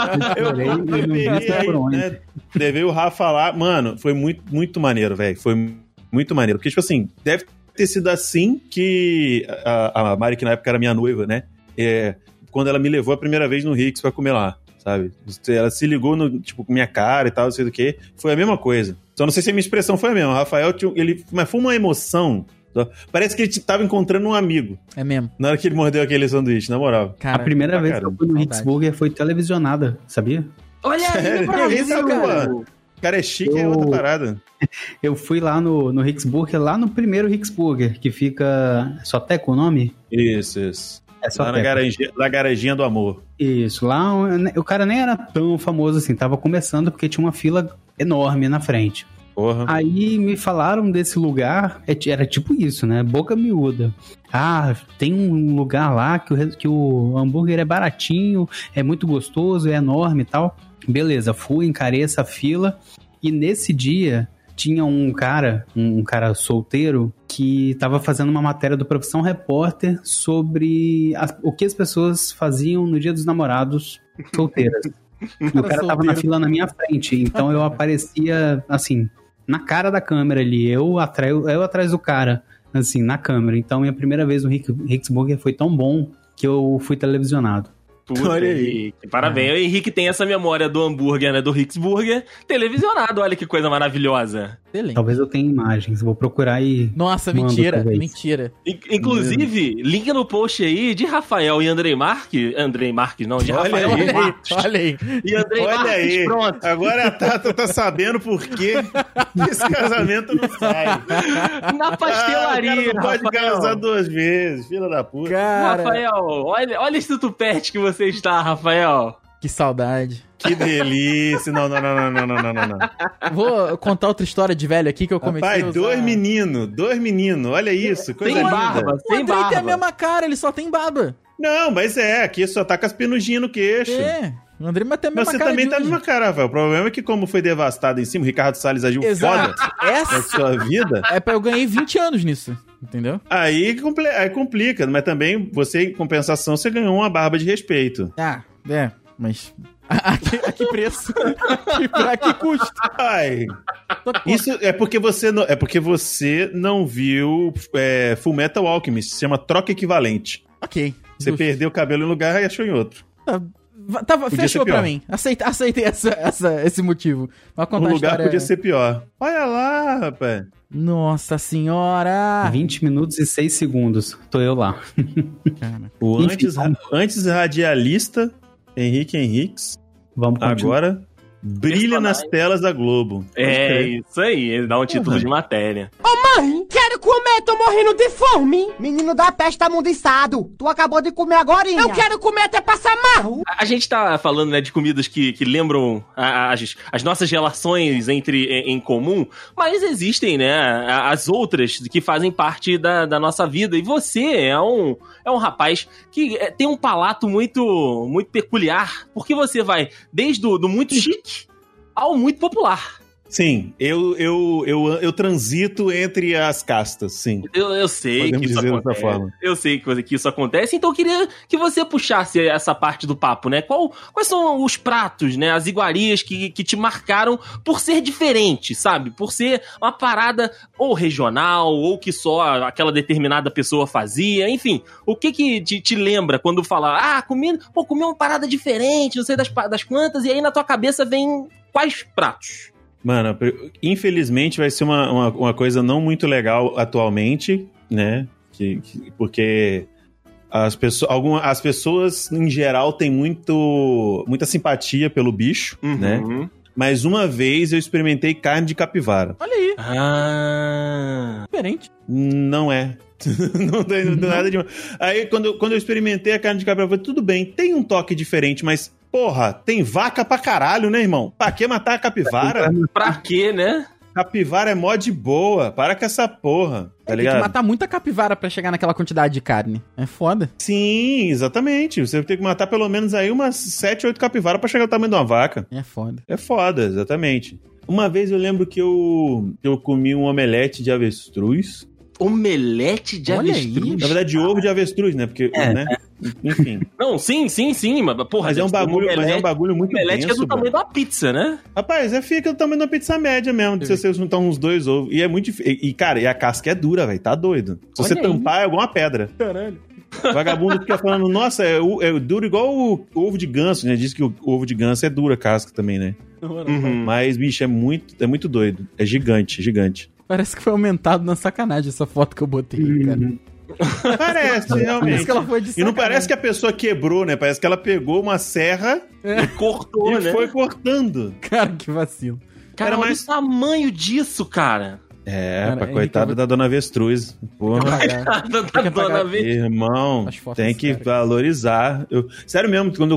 Speaker 4: Levei o Rafa lá. Mano, foi muito maneiro, velho. Foi muito maneiro. Porque, tipo assim, deve ter sido assim que a Mari, que na época era minha noiva, né? Quando ela me levou a primeira vez no Rick's pra comer lá, sabe? Ela se ligou com minha cara e tal, não sei do que. Foi a mesma coisa. Só não sei se a minha expressão foi a mesma. O Rafael, mas foi uma emoção. Parece que ele tava encontrando um amigo.
Speaker 2: É mesmo.
Speaker 4: Na hora que ele mordeu aquele sanduíche, na moral.
Speaker 5: Cara, a primeira vez que eu fui no Rick's Burger foi televisionada, sabia?
Speaker 3: Olha aí,
Speaker 4: cara. O cara é chique, é outra parada.
Speaker 5: Eu fui lá no Rick's Burger, lá no primeiro Rick's Burger, que fica... Soteco o nome?
Speaker 4: Isso.
Speaker 5: É só
Speaker 4: lá na garagem do amor.
Speaker 5: Isso, lá o cara nem era tão famoso assim, tava começando porque tinha uma fila enorme na frente.
Speaker 4: Porra.
Speaker 5: Aí me falaram desse lugar, era tipo isso, né? Boca miúda. Ah, tem um lugar lá que o hambúrguer é baratinho, é muito gostoso, é enorme e tal. Beleza, fui, encarei essa fila e nesse dia tinha um cara solteiro que estava fazendo uma matéria do Profissão Repórter sobre o que as pessoas faziam no Dia dos Namorados solteiras. E o cara tava na fila na minha frente, então eu aparecia, assim, na cara da câmera ali, eu atrás do cara, assim, na câmera. Então minha primeira vez no Rick's Burger foi tão bom que eu fui televisionado.
Speaker 3: Puta, olha aí. Henrique. Parabéns. O Henrique tem essa memória do hambúrguer, né? Do Rick's Burger televisionado. Olha que coisa maravilhosa.
Speaker 2: Excelente.
Speaker 5: Talvez eu tenha imagens. Vou procurar e...
Speaker 2: Nossa, mentira.
Speaker 3: Inclusive, link no post aí de Rafael e Andrei Marques. Andrei Marques, não, de Rafael
Speaker 2: e
Speaker 3: Marques.
Speaker 2: Olha aí.
Speaker 3: E Andrei Marques,
Speaker 4: aí.
Speaker 3: Pronto.
Speaker 4: Agora a Tata tá sabendo por que esse casamento não sai.
Speaker 3: Na pastelaria,
Speaker 4: não pode casar duas vezes, filha da puta.
Speaker 2: Cara...
Speaker 3: Rafael, olha esse tupete que você está, Rafael.
Speaker 2: Que saudade.
Speaker 4: Que delícia. Não.
Speaker 2: Vou contar outra história de velho aqui que eu comecei
Speaker 4: a usar.
Speaker 2: dois
Speaker 4: meninos, olha isso, coisa linda.
Speaker 2: Barba, o Andrei tem a mesma cara, ele só tem barba.
Speaker 4: Não, mas aqui só tá com as penuginhas no queixo.
Speaker 2: O Andrei tem a mesma cara.
Speaker 4: Mas você também tá a mesma cara, Rafael. O problema é que como foi devastado em cima, o Ricardo Salles agiu foda na sua vida.
Speaker 2: Eu ganhei 20 anos nisso, entendeu?
Speaker 4: Aí complica, mas também você, em compensação, você ganhou uma barba de respeito.
Speaker 2: Mas... A que preço? A que custo?
Speaker 4: Ai, isso é porque você não viu Fullmetal Alchemist, se chama Troca Equivalente.
Speaker 2: Ok.
Speaker 4: Você perdeu o cabelo em um lugar e achou em outro.
Speaker 2: Fechou pra mim. Aceitei esse motivo.
Speaker 4: O lugar podia ser pior. Olha lá, rapaz.
Speaker 2: Nossa senhora!
Speaker 5: 20 minutos e 6 segundos. Tô eu lá.
Speaker 4: O antes radialista... Henrique Henriques.
Speaker 5: Vamos continuar.
Speaker 4: Agora brilha nas telas da Globo.
Speaker 3: Isso aí, ele dá um título de matéria.
Speaker 6: Ô mãe, quero comer, tô morrendo de fome. Menino da peste tá amundiçado. Tu acabou de comer agorinha. Eu quero comer até passar mal.
Speaker 3: A gente tá falando, né, de comidas que lembram as nossas relações em comum, mas existem, né, as outras que fazem parte da nossa vida. E você é um rapaz que tem um palato muito peculiar, porque você vai desde do muito chique ao muito popular.
Speaker 4: Sim, eu transito entre as castas, sim.
Speaker 3: Eu sei que isso acontece. Eu sei que isso acontece, então eu queria que você puxasse essa parte do papo, né? Quais são os pratos, né? As iguarias que te marcaram por ser diferente, sabe? Por ser uma parada ou regional, ou que só aquela determinada pessoa fazia, enfim. O que te lembra quando fala, comi uma parada diferente, não sei das quantas, e aí na tua cabeça vem quais pratos?
Speaker 4: Mano, infelizmente vai ser uma coisa não muito legal atualmente, né? Porque as pessoas, em geral, têm muita simpatia pelo bicho, né? Mas uma vez eu experimentei carne de capivara.
Speaker 2: Olha aí.
Speaker 3: Diferente.
Speaker 4: Não é. Não tem nada de... Aí, quando eu experimentei a carne de capivara, eu falei, tudo bem, tem um toque diferente, mas... Porra, tem vaca pra caralho, né, irmão? Pra que matar a capivara?
Speaker 3: Pra quê, né?
Speaker 4: Capivara é mó de boa. Para com essa porra, tá ligado?
Speaker 2: Tem que matar muita capivara pra chegar naquela quantidade de carne. É foda.
Speaker 4: Sim, exatamente. Você tem que matar pelo menos aí umas 7, 8 capivaras pra chegar ao tamanho de uma vaca.
Speaker 2: É foda.
Speaker 4: É foda, exatamente. Uma vez eu lembro que eu comi um omelete de avestruz.
Speaker 3: Omelete de avestruz?
Speaker 4: Na verdade, ovo de avestruz, né? Porque, né? Enfim.
Speaker 3: Não, sim, mas porra.
Speaker 4: Mas é um bagulho muito denso.
Speaker 3: Omelete é do tamanho de uma pizza, né?
Speaker 4: Rapaz, fica do tamanho de uma pizza média mesmo, se você juntar uns 2 ovos. E é muito difícil. E, cara, e a casca é dura, velho, tá doido. Se você tampar, é alguma pedra.
Speaker 2: Caralho.
Speaker 4: Vagabundo fica falando, nossa, é duro igual o ovo de ganso, né? Diz que o ovo de ganso é dura a casca também, né? Mas, bicho, é muito doido. É gigante.
Speaker 2: Parece que foi aumentado na sacanagem essa foto que eu botei, cara.
Speaker 4: Parece, realmente.
Speaker 2: Parece que ela foi de
Speaker 4: e não parece que a pessoa quebrou, né? Parece que ela pegou uma serra
Speaker 3: e cortou, né?
Speaker 4: Foi cortando.
Speaker 2: Cara, que vacilo.
Speaker 3: Cara, olha o tamanho disso, cara.
Speaker 4: Pra coitada da Dona Avestruz. Porra.
Speaker 3: Coitada da Dona Avestruz.
Speaker 4: Irmão, tem que valorizar. Sério mesmo, quando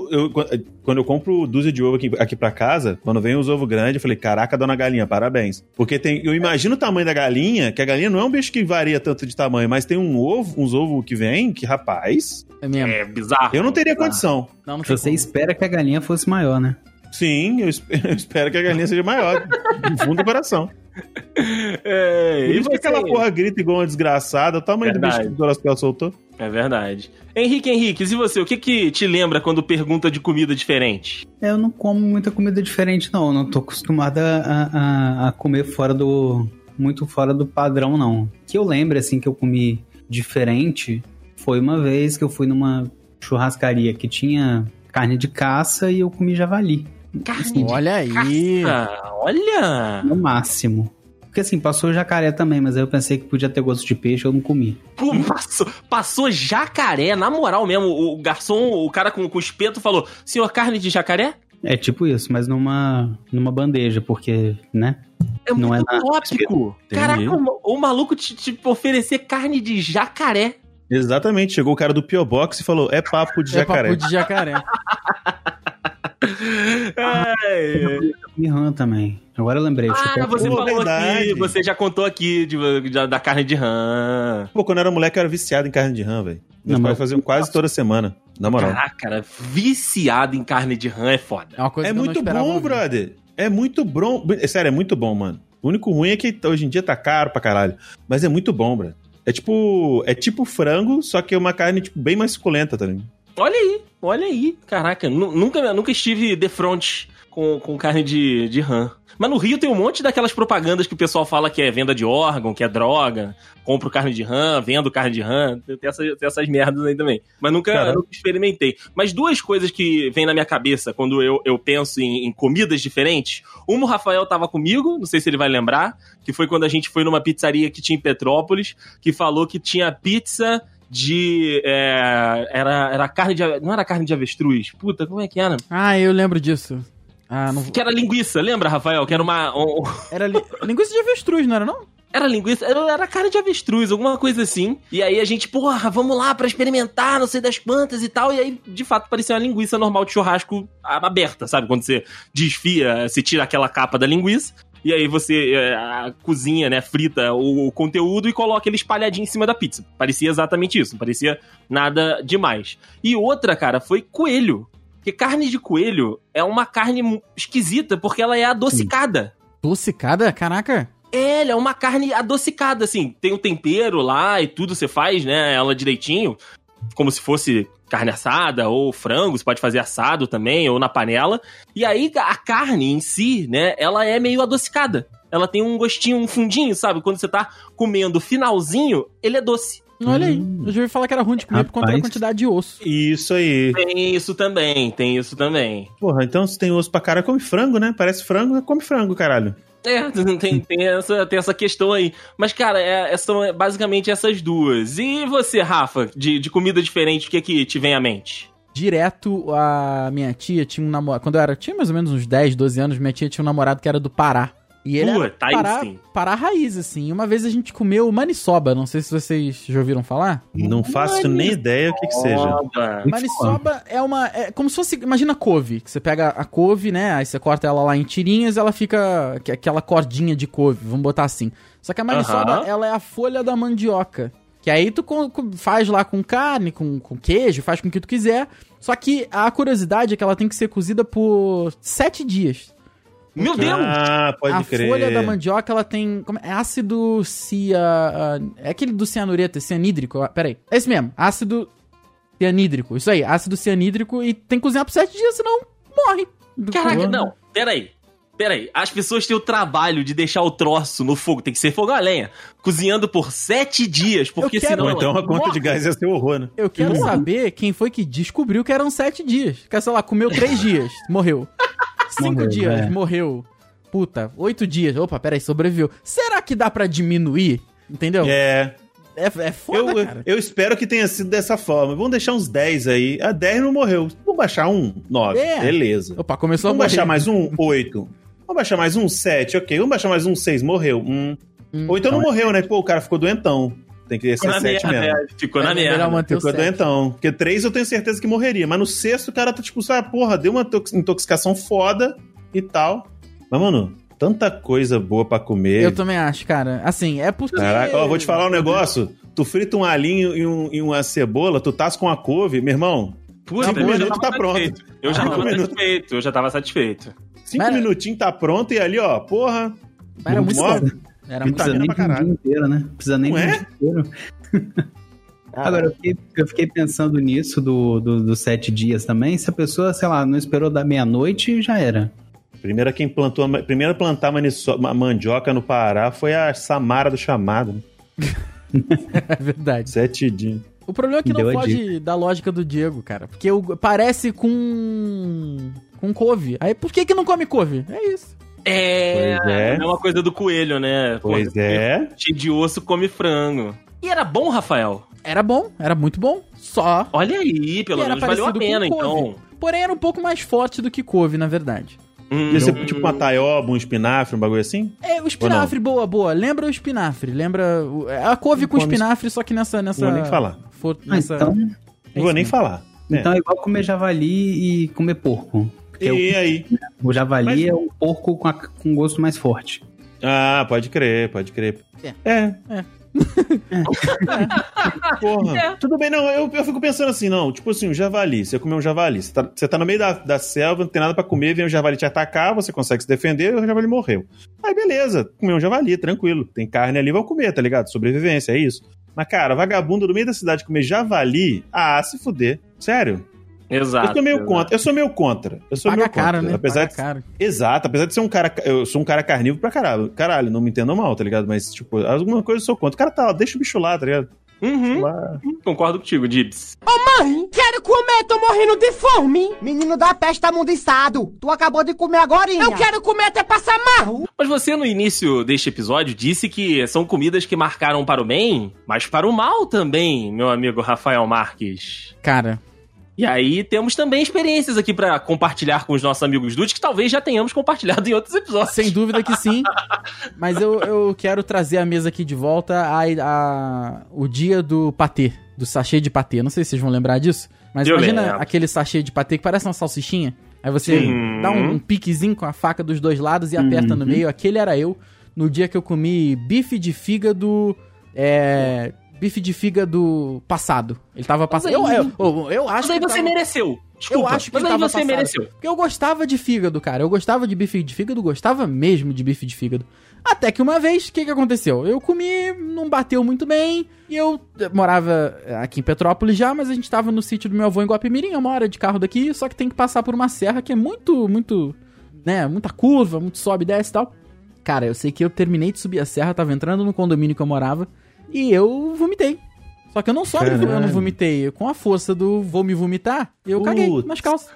Speaker 4: eu compro dúzia de ovo aqui pra casa, quando vem os ovos grandes, eu falei, caraca, Dona Galinha, parabéns. Porque eu imagino o tamanho da galinha, que a galinha não é um bicho que varia tanto de tamanho, mas tem uns ovos que vem, que, rapaz...
Speaker 2: É mesmo.
Speaker 3: É bizarro.
Speaker 4: Eu não teria condição.
Speaker 5: Não você espera que a galinha fosse maior, né?
Speaker 4: Sim, eu espero que a galinha seja maior. Do fundo do coração. Por isso que aquela porra grita igual uma desgraçada, o tamanho do bicho que o Doroteu soltou.
Speaker 3: É verdade. Henrique, e você? O que te lembra quando pergunta de comida diferente?
Speaker 5: Eu não como muita comida diferente, não. Eu não tô acostumada a comer muito fora do padrão, não. Que eu lembro, assim, que eu comi diferente foi uma vez que eu fui numa churrascaria que tinha carne de caça e eu comi javali.
Speaker 2: Carne olha aí.
Speaker 3: Olha!
Speaker 5: No máximo. Porque assim, passou jacaré também, mas aí eu pensei que podia ter gosto de peixe, eu não comi.
Speaker 3: Pô, passou jacaré, na moral mesmo. O garçom, o cara com o espeto falou, senhor, carne de jacaré?
Speaker 5: É tipo isso, mas numa bandeja, porque, né?
Speaker 3: É não muito tópico. Caraca, o maluco te oferecer carne de jacaré.
Speaker 4: Exatamente, chegou o cara do P.O. Box e falou, é papo de jacaré.
Speaker 2: É papo de jacaré.
Speaker 5: Rã também. Agora eu lembrei.
Speaker 3: Você falou aqui, você já contou aqui da carne de rã.
Speaker 4: Pô, quando eu era moleque eu era viciado em carne de rã, velho. Meus pais faziam quase toda semana, na moral.
Speaker 3: Caraca, cara, viciado em carne de rã é foda.
Speaker 2: É uma coisa que
Speaker 4: muito bom, brother. É muito bom. Sério, é muito bom, mano. O único ruim é que hoje em dia tá caro pra caralho. Mas é muito bom, brother. É tipo frango, só que é uma carne bem mais suculenta também.
Speaker 3: Olha aí. Caraca, nunca estive de frente com carne de rã. Mas no Rio tem um monte daquelas propagandas que o pessoal fala que é venda de órgão, que é droga, compro carne de rã, vendo carne de rã, tem essas merdas aí também. Mas nunca experimentei. Mas duas coisas que vêm na minha cabeça quando eu penso em comidas diferentes. Uma, o Rafael tava comigo, não sei se ele vai lembrar, que foi quando a gente foi numa pizzaria que tinha em Petrópolis, que falou que tinha pizza de... era carne de... Não era carne de avestruz? Puta, como é que era?
Speaker 2: Ah, eu lembro disso.
Speaker 3: Que era linguiça, lembra, Rafael? Que era
Speaker 2: Era linguiça de avestruz, não era não?
Speaker 3: Era linguiça, era carne de avestruz, alguma coisa assim. E aí a gente, porra, vamos lá pra experimentar, não sei das quantas e tal. E aí, de fato, parecia uma linguiça normal de churrasco aberta, sabe? Quando você desfia, você tira aquela capa da linguiça. E aí você cozinha, né, frita o conteúdo e coloca ele espalhadinho em cima da pizza. Parecia exatamente isso, não parecia nada demais. E outra, cara, foi coelho. Porque carne de coelho é uma carne esquisita, porque ela é adocicada.
Speaker 2: Adocicada? Caraca.
Speaker 3: Ela é uma carne adocicada, assim. Tem um tempero lá e tudo, você faz, né? Ela direitinho, como se fosse carne assada ou frango. Você pode fazer assado também, ou na panela. E aí, a carne em si, né? Ela é meio adocicada. Ela tem um gostinho, um fundinho, sabe? Quando você tá comendo o finalzinho, ele é doce.
Speaker 2: Olha aí, eu já ouvi falar que era ruim de comer por conta da quantidade de osso.
Speaker 4: Isso aí.
Speaker 3: Tem isso também.
Speaker 4: Porra, então se tem osso pra cara, come frango, né? Parece frango, come frango, caralho.
Speaker 3: Tem essa questão aí. Mas, cara, são basicamente essas duas. E você, Rafa, de comida diferente, o que te vem à mente?
Speaker 2: Direto, a minha tia tinha um namorado... Quando eu tinha mais ou menos uns 10, 12 anos, minha tia tinha um namorado que era do Pará. E ele era Pará raiz, assim. Uma vez a gente comeu maniçoba. Não sei se vocês já ouviram falar.
Speaker 4: Não faço nem ideia o que seja.
Speaker 2: Maniçoba é como se fosse... Imagina couve. Que você pega a couve, né? Aí você corta ela lá em tirinhas, ela fica... Aquela cordinha de couve, vamos botar assim. Só que a maniçoba, ela é a folha da mandioca. Que aí tu faz lá com carne, com queijo, faz com o que tu quiser. Só que a curiosidade é que ela tem que ser cozida por 7 dias.
Speaker 3: Meu Deus!
Speaker 4: Pode crer.
Speaker 2: A folha da mandioca, ela tem... É ácido é aquele do cianureto, cianídrico. Peraí. É esse mesmo. Ácido cianídrico. Isso aí. Ácido cianídrico. E tem que cozinhar por 7 dias, senão morre.
Speaker 3: Caraca, não. Peraí. As pessoas têm o trabalho de deixar o troço no fogo. Tem que ser fogo a lenha. Cozinhando por 7 dias. Porque senão...
Speaker 4: Então a conta de gás ia ser horror, né?
Speaker 2: Eu quero saber quem foi que descobriu que eram 7 dias. Que, sei lá, comeu 3 dias. Morreu. 5 dias, morreu. Puta, 8 dias. Opa, peraí, sobreviveu. Será que dá pra diminuir? Entendeu?
Speaker 4: É
Speaker 2: foda, cara.
Speaker 4: Eu espero que tenha sido dessa forma. Vamos deixar uns 10 aí. A 10 não morreu. Vamos baixar 9. Beleza.
Speaker 2: Opa, começou
Speaker 4: Vamos baixar mais 8. Vamos baixar mais 7. Ok. Vamos baixar mais 6. Morreu. Ou então não morreu, né? Pô, o cara ficou doentão. Tem que ser 7 mesmo.
Speaker 3: Ficou na merda.
Speaker 4: Ficou doentão. Porque 3 eu tenho certeza que morreria. Mas no 6 o cara tá tipo, porra, deu uma intoxicação foda e tal. Mas, mano, tanta coisa boa pra comer.
Speaker 2: Eu também acho, cara. Assim, é porque...
Speaker 4: Caraca, vou te falar um negócio. Tu frita um alinho e uma cebola, tu tasca com a couve, meu irmão. 5 minutos tá pronto.
Speaker 3: Eu já tava satisfeito.
Speaker 4: 5 minutinhos tá pronto e ali, ó, porra...
Speaker 2: Era muito bom. Era muito
Speaker 5: nem
Speaker 4: pra caralho.
Speaker 5: Um dia inteiro, né? Precisa nem
Speaker 4: um dia
Speaker 5: inteiro. Agora, eu fiquei pensando nisso dos 7 dias também. Se a pessoa, sei lá, não esperou da meia-noite, já era.
Speaker 4: Primeiro a plantar mandioca no Pará foi a Samara do Chamado.
Speaker 2: É verdade.
Speaker 4: 7 dias.
Speaker 2: O problema é que não foge da lógica do Diego, cara. Porque parece com couve. Aí por que não come couve? É isso.
Speaker 3: É uma coisa do coelho, né?
Speaker 4: Pois é.
Speaker 3: Cheio de osso, come frango. E era bom, Rafael?
Speaker 2: Era bom, era muito bom. Só.
Speaker 3: Olha aí, pelo menos valeu a pena, então.
Speaker 2: Porém, era um pouco mais forte do que couve, na verdade.
Speaker 4: Ia ser tipo uma taioba, um espinafre, um bagulho assim?
Speaker 2: O espinafre, boa. Lembra o espinafre, lembra... A couve com espinafre, só que nessa... Não
Speaker 4: vou nem falar. Não vou nem falar.
Speaker 5: Então é igual comer javali e comer porco.
Speaker 4: E aí?
Speaker 5: O javali é um porco com gosto mais forte.
Speaker 4: Pode crer. Porra. Tudo bem, não, eu fico pensando assim, não, tipo assim, um javali, você comeu um javali, você tá no meio da selva, não tem nada pra comer, vem um javali te atacar, você consegue se defender e o javali morreu. Aí beleza, comeu um javali, tranquilo, tem carne ali, vão comer, tá ligado? Sobrevivência, é isso. Mas cara, vagabundo no meio da cidade comer javali, se fuder, sério.
Speaker 3: Exato.
Speaker 4: Eu sou meio contra.
Speaker 2: Paga caro, né?
Speaker 4: Apesar de ser um cara... Eu sou um cara carnívoro pra caralho. Caralho, não me entendam mal, tá ligado? Mas, tipo, alguma coisa eu sou contra. O cara tá lá, deixa o bicho lá, tá ligado?
Speaker 3: Concordo contigo, Dibs.
Speaker 6: Mãe, quero comer, tô morrendo de fome. Menino da peste amundiçado, tu acabou de comer agorinha. Eu quero comer até passar mal.
Speaker 3: Mas você, no início deste episódio, disse que são comidas que marcaram para o bem, mas para o mal também, meu amigo Rafael Marques.
Speaker 2: Cara...
Speaker 3: E aí temos também experiências aqui pra compartilhar com os nossos amigos dudes que talvez já tenhamos compartilhado em outros episódios.
Speaker 2: Sem dúvida que sim. Mas eu quero trazer a mesa aqui de volta o dia do patê, do sachê de patê. Não sei se vocês vão lembrar disso, mas imagina aquele sachê de patê que parece uma salsichinha. Aí você dá um piquezinho com a faca dos dois lados e aperta no meio. Aquele era eu no dia que eu comi bife de fígado... bife de fígado passado. Ele tava passado. Eu acho que.
Speaker 3: Mas aí você mereceu. Desculpa,
Speaker 2: eu acho que
Speaker 3: mas
Speaker 2: ele
Speaker 3: aí
Speaker 2: tava
Speaker 3: você
Speaker 2: passado.
Speaker 3: mereceu.
Speaker 2: Porque eu gostava de fígado, cara. Eu gostava de bife de fígado, gostava mesmo de bife de fígado. Até que uma vez, o que aconteceu? Eu comi, não bateu muito bem, e eu morava aqui em Petrópolis já, mas a gente tava no sítio do meu avô em Guapimirim, é 1 hora de carro daqui, só que tem que passar por uma serra que é muito, né, muita curva, muito sobe e desce e tal. Cara, eu sei que eu terminei de subir a serra, tava entrando no condomínio que eu morava, e eu vomitei. Só que eu não eu não vomitei, com a força do vou me vomitar, eu caguei nas calças.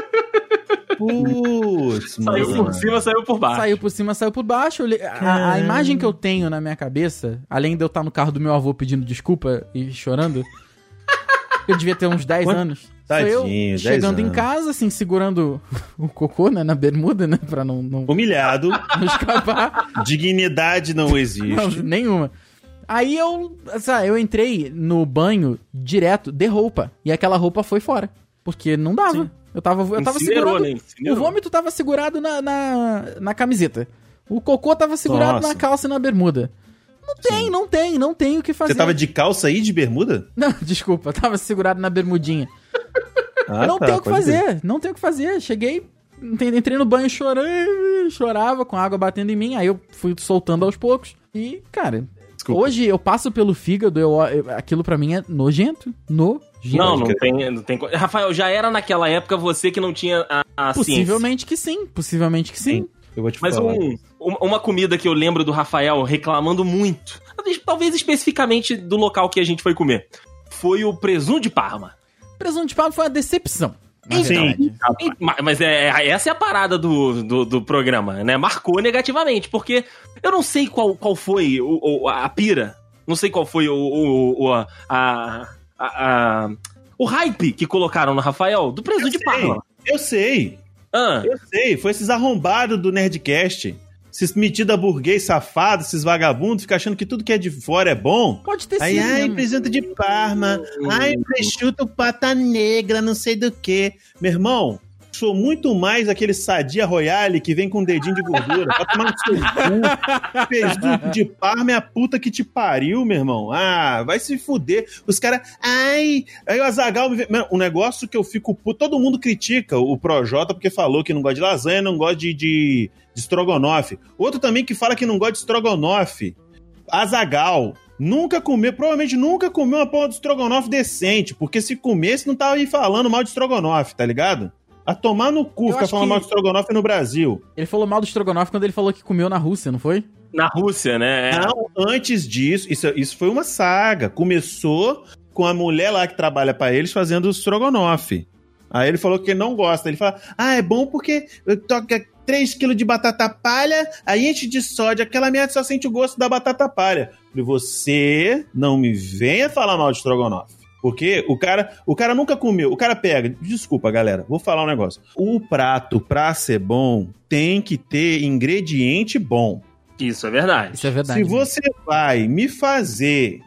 Speaker 4: Putz, mano.
Speaker 3: Saiu por cima, saiu por baixo.
Speaker 2: Saiu por cima, saiu por baixo. A imagem que eu tenho na minha cabeça, além de eu estar no carro do meu avô pedindo desculpa e chorando, eu devia ter uns 10 anos.
Speaker 4: Tadinho,
Speaker 2: sou eu chegando em casa, assim, segurando o cocô, né, na bermuda, né, pra não
Speaker 4: humilhado.
Speaker 2: não escapar.
Speaker 4: Dignidade não existe.
Speaker 2: Não, nenhuma. Aí eu entrei no banho direto, de roupa, e aquela roupa foi fora. Porque não dava. Sim. Eu tava segurando. Né? O vômito tava segurado na camiseta. O cocô tava segurado na calça e na bermuda. Não tem o que fazer.
Speaker 4: Você tava de calça e de bermuda?
Speaker 2: Não, desculpa, tava segurado na bermudinha. Não tem o que fazer, não tem o que fazer. Cheguei, entrei no banho chorava com a água batendo em mim, aí eu fui soltando aos poucos. E, cara, hoje eu passo pelo fígado, aquilo pra mim é nojento. Não tem. Rafael, já era naquela época você que não tinha a
Speaker 3: Possivelmente
Speaker 2: ciência. Possivelmente que sim.
Speaker 4: Eu vou te
Speaker 3: falar. Mas uma comida que eu lembro do Rafael reclamando muito, talvez especificamente do local que a gente foi comer, foi o presunto de Parma.
Speaker 2: Presunto de Parma foi uma decepção.
Speaker 3: Sim. Mas essa é a parada do programa, né? Marcou negativamente, porque eu não sei qual foi a pira, não sei qual foi o hype que colocaram no Rafael do presunto de Parma.
Speaker 4: Eu sei, foi esses arrombados do Nerdcast. Esses metida burguês safado, esses vagabundos, ficam achando que tudo que é de fora é bom.
Speaker 2: Pode ter sido.
Speaker 4: Ai, presunto de Parma. Ai, prosciutto pata negra, não sei do que. Meu irmão, sou muito mais aquele Sadia Royale que vem com um dedinho de gordura. Vai tomar no seu cu. Presunto de Parma é a puta que te pariu, meu irmão. Ah, vai se fuder. Os caras... Aí o Azaghal... Um negócio que eu fico puto... Todo mundo critica o Projota porque falou que não gosta de lasanha, não gosta de estrogonofe. Outro também que fala que não gosta de estrogonofe. Azaghal. Provavelmente nunca comeu uma porra de estrogonofe decente, porque se comesse não tava aí falando mal de estrogonofe, tá ligado? A tomar no cu ficar falando mal de estrogonofe no Brasil.
Speaker 2: Ele falou mal do estrogonofe quando ele falou que comeu na Rússia, não foi?
Speaker 3: Na Rússia, né?
Speaker 4: Não, antes disso, isso foi uma saga. Começou com a mulher lá que trabalha pra eles fazendo estrogonofe. Aí ele falou que ele não gosta. Ele fala, é bom porque toca 3 kg de batata palha, aí enche de sódio, aquela merda só sente o gosto da batata palha. E você não me venha falar mal de estrogonofe. Porque o cara nunca comeu. O cara pega... Desculpa, galera. Vou falar um negócio. O prato, pra ser bom, tem que ter ingrediente bom.
Speaker 3: Isso é verdade.
Speaker 4: Se você vai me fazer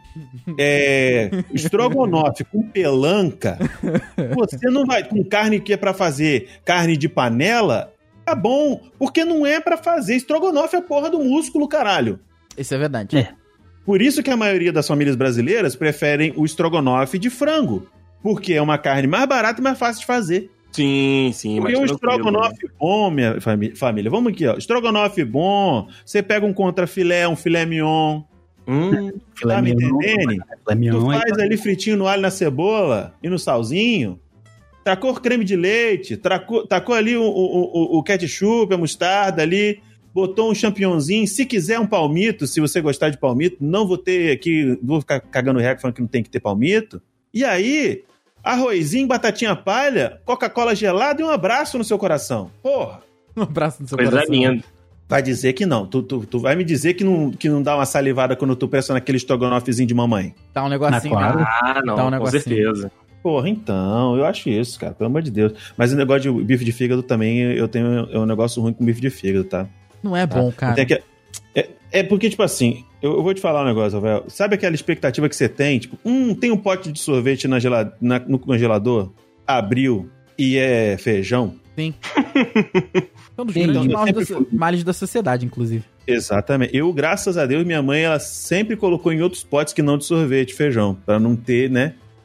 Speaker 4: estrogonofe com pelanca, você não vai... Com carne que é pra fazer carne de panela, tá bom. Porque não é pra fazer. Estrogonofe é a porra do músculo, caralho.
Speaker 2: Isso é verdade.
Speaker 4: Por isso que a maioria das famílias brasileiras preferem o estrogonofe de frango. Porque é uma carne mais barata e mais fácil de fazer.
Speaker 3: Sim.
Speaker 4: Porque um estrogonofe bom, minha família, vamos aqui, ó. Estrogonofe bom, você pega um contrafilé, um filé mignon.
Speaker 5: Filé
Speaker 4: tá me
Speaker 5: mignon,
Speaker 4: entendendo? Tu faz ali fritinho no alho, na cebola e no salzinho. Tacou creme de leite, tacou ali o ketchup, a mostarda ali. Botou um champignonzinho, se quiser um palmito, se você gostar de palmito, não vou ter aqui, vou ficar cagando regra falando que não tem que ter palmito. E aí, arrozinho, batatinha palha, Coca-Cola gelada e um abraço no seu coração. Porra.
Speaker 2: Um abraço no seu coração.
Speaker 3: Coisa linda.
Speaker 4: Vai dizer que não. Tu vai me dizer que não dá uma salivada quando tu pensa naquele estrogonofezinho de mamãe.
Speaker 2: Dá um negocinho.
Speaker 5: Claro.
Speaker 3: Não,
Speaker 2: dá um
Speaker 3: com
Speaker 2: negocinho.
Speaker 3: certeza.
Speaker 4: Porra, então, eu acho isso, cara, pelo amor de Deus. Mas o negócio de bife de fígado também, eu tenho um negócio ruim com bife de fígado, tá?
Speaker 2: Não é bom, cara.
Speaker 4: Porque, tipo assim, eu vou te falar um negócio, Rafael. Sabe aquela expectativa que você tem? Tipo, tem um pote de sorvete no congelador, abriu e é feijão?
Speaker 2: Sim. É um dos grandes males da sociedade, inclusive.
Speaker 4: Exatamente. Graças a Deus, minha mãe, ela sempre colocou em outros potes que não de sorvete, feijão, pra não ter, né?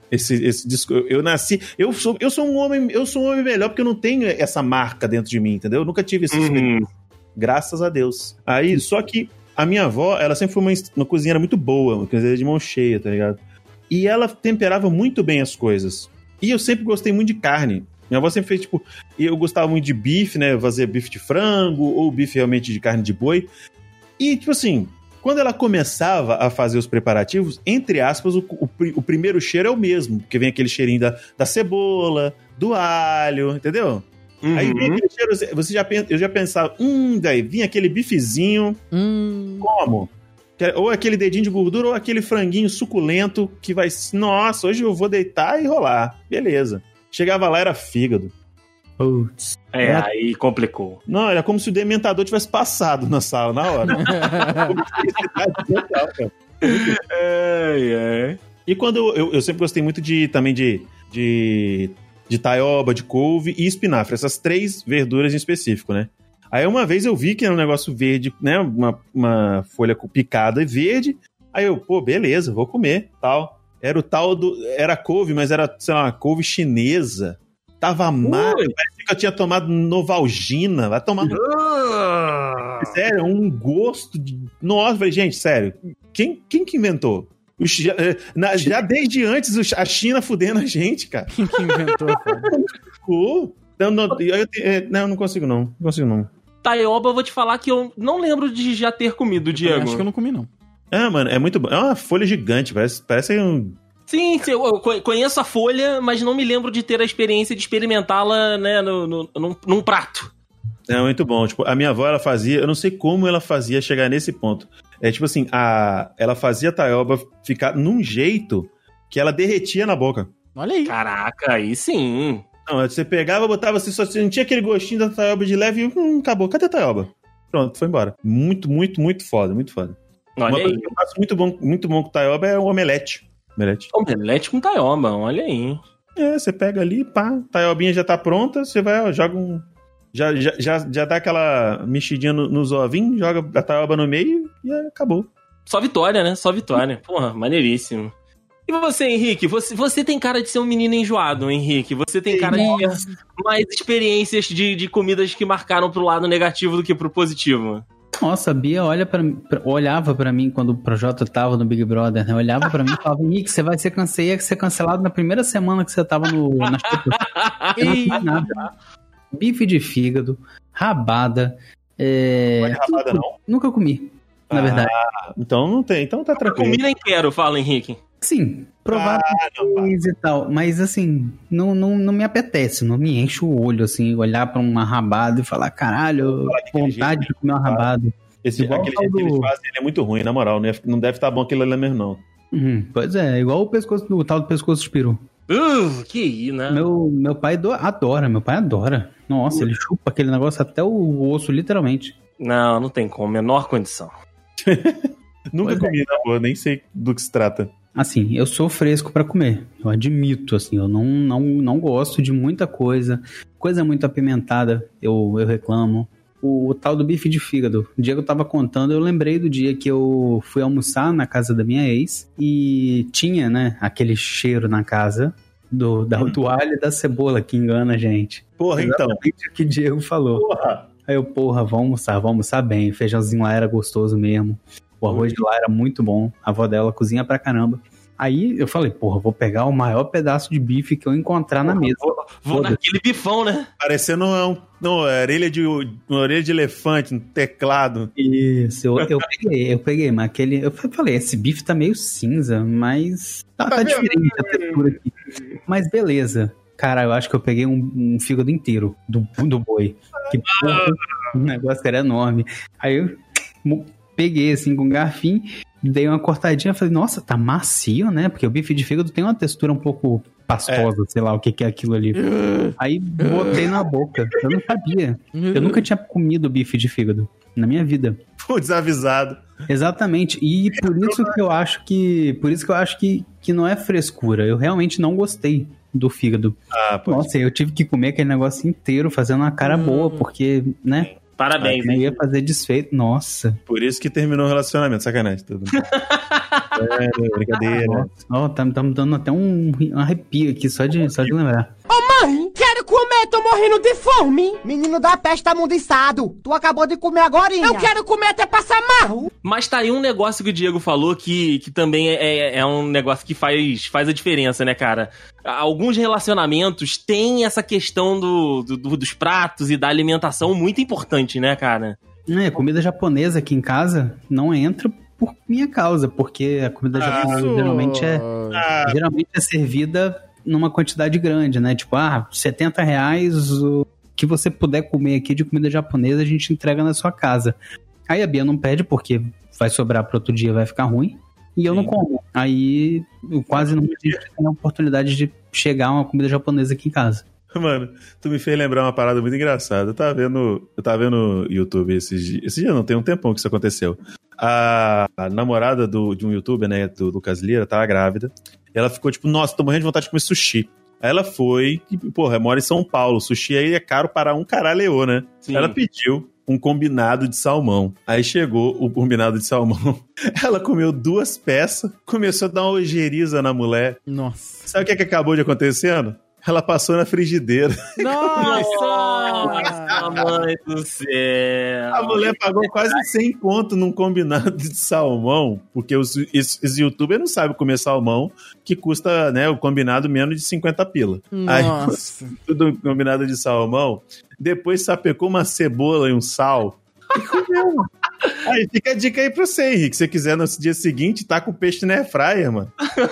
Speaker 4: Eu nasci... Eu sou um homem melhor porque eu não tenho essa marca dentro de mim, entendeu? Eu nunca tive essa experiência. Graças a Deus. Aí, só que a minha avó, ela sempre foi uma cozinheira muito boa, uma cozinheira de mão cheia, tá ligado? E ela temperava muito bem as coisas. E eu sempre gostei muito de carne. Minha avó sempre fez, tipo... Eu gostava muito de bife, né? Eu fazia bife de frango ou bife realmente de carne de boi. E, tipo assim, quando ela começava a fazer os preparativos, entre aspas, o primeiro cheiro é o mesmo. Porque vem aquele cheirinho da cebola, do alho, entendeu? Aí vem aquele cheiro... Eu já pensava... daí vinha aquele bifezinho... Como? Ou aquele dedinho de gordura ou aquele franguinho suculento que vai... Nossa, hoje eu vou deitar e rolar. Beleza. Chegava lá, era fígado.
Speaker 5: Putz.
Speaker 3: Aí complicou.
Speaker 4: Não, era como se o dementador tivesse passado na sala, na hora. E quando eu sempre gostei muito também de taioba, de couve e espinafre. Essas 3 verduras em específico, né? Aí uma vez eu vi que era um negócio verde, né? Uma folha picada e verde. Aí eu, beleza, vou comer, tal. Era o tal era couve, mas era, sei lá, uma couve chinesa. Tava amargo, parecia que eu tinha tomado Novalgina. Vai tomar Sério, um gosto de... Nossa, falei, gente, sério, quem que inventou? Já desde antes a China fudendo a gente, cara.
Speaker 2: Quem que inventou, cara?
Speaker 4: Eu não consigo não.
Speaker 3: Taioba, eu vou te falar que eu não lembro de já ter comido, Diego.
Speaker 2: Acho que eu não comi, não.
Speaker 4: Mano, é muito bom. É uma folha gigante, parece um...
Speaker 3: Sim, eu conheço a folha, mas não me lembro de ter a experiência de experimentá-la, né, num prato.
Speaker 4: É muito bom. Tipo, a minha avó, ela fazia... Eu não sei como ela fazia chegar nesse ponto. É tipo assim, ela fazia a taioba ficar num jeito que ela derretia na boca.
Speaker 2: Olha aí.
Speaker 3: Caraca, aí sim.
Speaker 4: Não, você pegava, botava assim, só sentia aquele gostinho da taioba de leve e acabou. Cadê a taioba? Pronto, foi embora. Muito, muito, muito foda, muito foda.
Speaker 3: Olha
Speaker 4: Uma
Speaker 3: aí.
Speaker 4: coisa que eu faço muito bom com taioba é o omelete.
Speaker 3: Omelete com taioba, olha aí.
Speaker 4: Você pega ali, pá, taiobinha já tá pronta, você vai, joga um... Já dá aquela mexidinha nos ovinhos, joga a taioba no meio e acabou.
Speaker 3: Só vitória, né? Só vitória. Porra, maneiríssimo. E você, Henrique? Você tem cara de ser um menino enjoado, Henrique. Você tem cara de ter mais experiências de comidas que marcaram pro lado negativo do que pro positivo.
Speaker 5: Nossa, a Bia olhava pra mim quando o Projota tava no Big Brother, né? Olhava pra mim e falava, Henrique, você vai ser cancelado na primeira semana que você tava nas nada. Bife de fígado, rabada.
Speaker 4: Não é rabada, não?
Speaker 5: Nunca comi, na verdade.
Speaker 4: Então não tem, então tá tranquilo.
Speaker 3: Comida inteiro, fala, Henrique.
Speaker 5: Sim, provar e tal, mas assim, não me apetece, não me enche o olho, assim, olhar pra uma rabada e falar, caralho, vontade de comer uma rabada.
Speaker 4: Aquele jeito que eles fazem, ele é muito ruim, na moral, não deve estar bom aquilo ali mesmo, não.
Speaker 5: Pois é, igual o tal do pescoço de peru.
Speaker 3: Que aí, né?
Speaker 5: Meu pai adora. Nossa, ele chupa aquele negócio até o osso, literalmente.
Speaker 3: Não tem como, menor condição.
Speaker 4: Nunca comi, na boa, nem sei do que se trata.
Speaker 5: Assim, eu sou fresco pra comer, eu admito, assim, eu não gosto de muita coisa muito apimentada, eu reclamo. O tal do bife de fígado, o Diego tava contando, eu lembrei do dia que eu fui almoçar na casa da minha ex e tinha, né, aquele cheiro na casa do alho e da cebola que engana a gente.
Speaker 4: Porra, então.
Speaker 5: Exatamente o que o Diego falou.
Speaker 4: Porra.
Speaker 5: Aí eu, vamos almoçar bem, o feijãozinho lá era gostoso mesmo. O arroz de lá era muito bom. A avó dela cozinha pra caramba. Aí eu falei, vou pegar o maior pedaço de bife que eu encontrar na mesa.
Speaker 3: Vou naquele bifão, né?
Speaker 4: Parecendo uma orelha de elefante, um teclado.
Speaker 5: Isso, eu peguei, mas aquele... Eu falei, esse bife tá meio cinza, mas tá diferente a textura aqui. Mas beleza. Cara, eu acho que eu peguei um fígado inteiro do boi. Que porra, o negócio era enorme. Aí eu peguei assim com um garfinho, dei uma cortadinha, falei, nossa, tá macio, né? Porque o bife de fígado tem uma textura um pouco pastosa, sei lá o que é aquilo ali. Aí botei na boca, eu não sabia. Eu nunca tinha comido bife de fígado na minha vida.
Speaker 4: Pô, desavisado.
Speaker 5: Exatamente, e por isso que eu acho que não é frescura, eu realmente não gostei do fígado. Nossa, eu tive que comer aquele negócio inteiro fazendo uma cara boa, porque, né?
Speaker 3: Parabéns, hein?
Speaker 5: Eu ia fazer desfeito, nossa.
Speaker 4: Por isso que terminou o relacionamento, sacanagem. Tudo. Brincadeira.
Speaker 5: Ó, tá me dando até um arrepio aqui, só de lembrar.
Speaker 6: Ô mãe, quero comer, tô morrendo de fome. Menino da peste tá mundiçado. Tu acabou de comer agorinha. Eu quero comer até passar mal.
Speaker 3: Mas tá aí um negócio que o Diego falou que também é um negócio que faz a diferença, né, cara? Alguns relacionamentos têm essa questão dos pratos e da alimentação muito importante, né, cara?
Speaker 5: Comida japonesa aqui em casa não entra por minha causa, porque a comida japonesa geralmente é servida numa quantidade grande, né? Tipo, R$70 o que você puder comer aqui de comida japonesa, a gente entrega na sua casa. Aí a Bia não pede porque vai sobrar para outro dia, vai ficar ruim. E eu não como. Aí eu quase não tive a oportunidade de chegar uma comida japonesa aqui em casa.
Speaker 4: Mano, tu me fez lembrar uma parada muito engraçada. Eu tava vendo no YouTube esse dia não, tem um tempão que isso aconteceu. A namorada de um youtuber, né, do Lucas Lira, tava grávida. E ela ficou tipo, nossa, tô morrendo de vontade de comer sushi. Aí ela foi, e, porra, mora em São Paulo. Sushi aí é caro para um caralho, né? Sim. Ela pediu um combinado de salmão. Aí chegou o combinado de salmão. Ela comeu 2 peças, começou a dar uma ojeriza na mulher.
Speaker 2: Nossa.
Speaker 4: Sabe o que acabou de acontecendo? Ela passou na frigideira.
Speaker 3: Nossa, mãe do céu.
Speaker 4: A mulher pagou quase 100 conto num combinado de salmão, porque os youtubers não sabem comer salmão, que custa, né, o combinado menos de 50 pila.
Speaker 2: Nossa.
Speaker 4: Aí, tudo combinado de salmão. Depois sapecou uma cebola e um sal. E comeu. Aí fica a dica aí pra você, Henrique. Se você quiser no dia seguinte, tá com o peixe na airfryer, mano.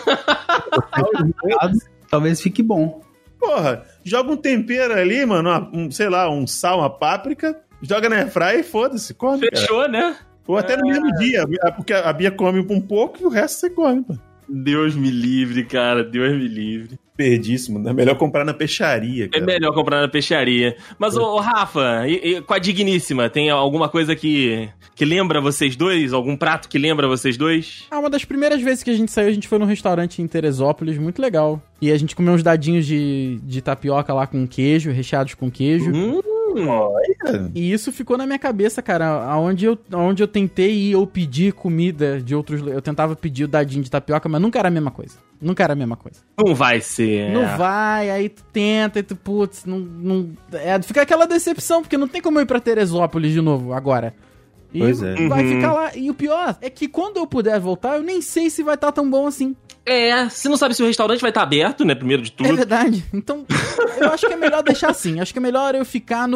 Speaker 5: Talvez fique bom.
Speaker 4: Porra, joga um tempero ali, mano, sei lá, um sal, uma páprica, joga na airfryer e foda-se, come.
Speaker 3: Fechou, cara. Né?
Speaker 4: Ou até no mesmo dia, porque a Bia come um pouco e o resto você come, pô.
Speaker 3: Deus me livre, cara, Deus me livre.
Speaker 4: Perdíssimo, é melhor comprar na peixaria, cara.
Speaker 3: É melhor comprar na peixaria. Mas, ô Rafa, e com a Digníssima, tem alguma coisa que lembra vocês dois? Algum prato que lembra vocês dois?
Speaker 2: Uma das primeiras vezes que a gente saiu, a gente foi num restaurante em Teresópolis, muito legal. E a gente comeu uns dadinhos de tapioca lá com queijo, recheados com queijo. E isso ficou na minha cabeça, cara. Aonde eu tentei ir ou pedir comida de outros... Eu tentava pedir o dadinho de tapioca, mas nunca era a mesma coisa. Nunca era a mesma coisa.
Speaker 3: Não vai ser.
Speaker 2: Não vai, aí tu tenta, e tu, putz, não... fica aquela decepção, porque não tem como eu ir pra Teresópolis de novo, agora. E
Speaker 4: pois é.
Speaker 2: Vai ficar lá. E o pior é que quando eu puder voltar, eu nem sei se vai estar tão bom assim.
Speaker 3: Você não sabe se o restaurante vai estar aberto, né, primeiro de tudo.
Speaker 2: É verdade. Então, eu acho que é melhor deixar assim. Acho que é melhor eu ficar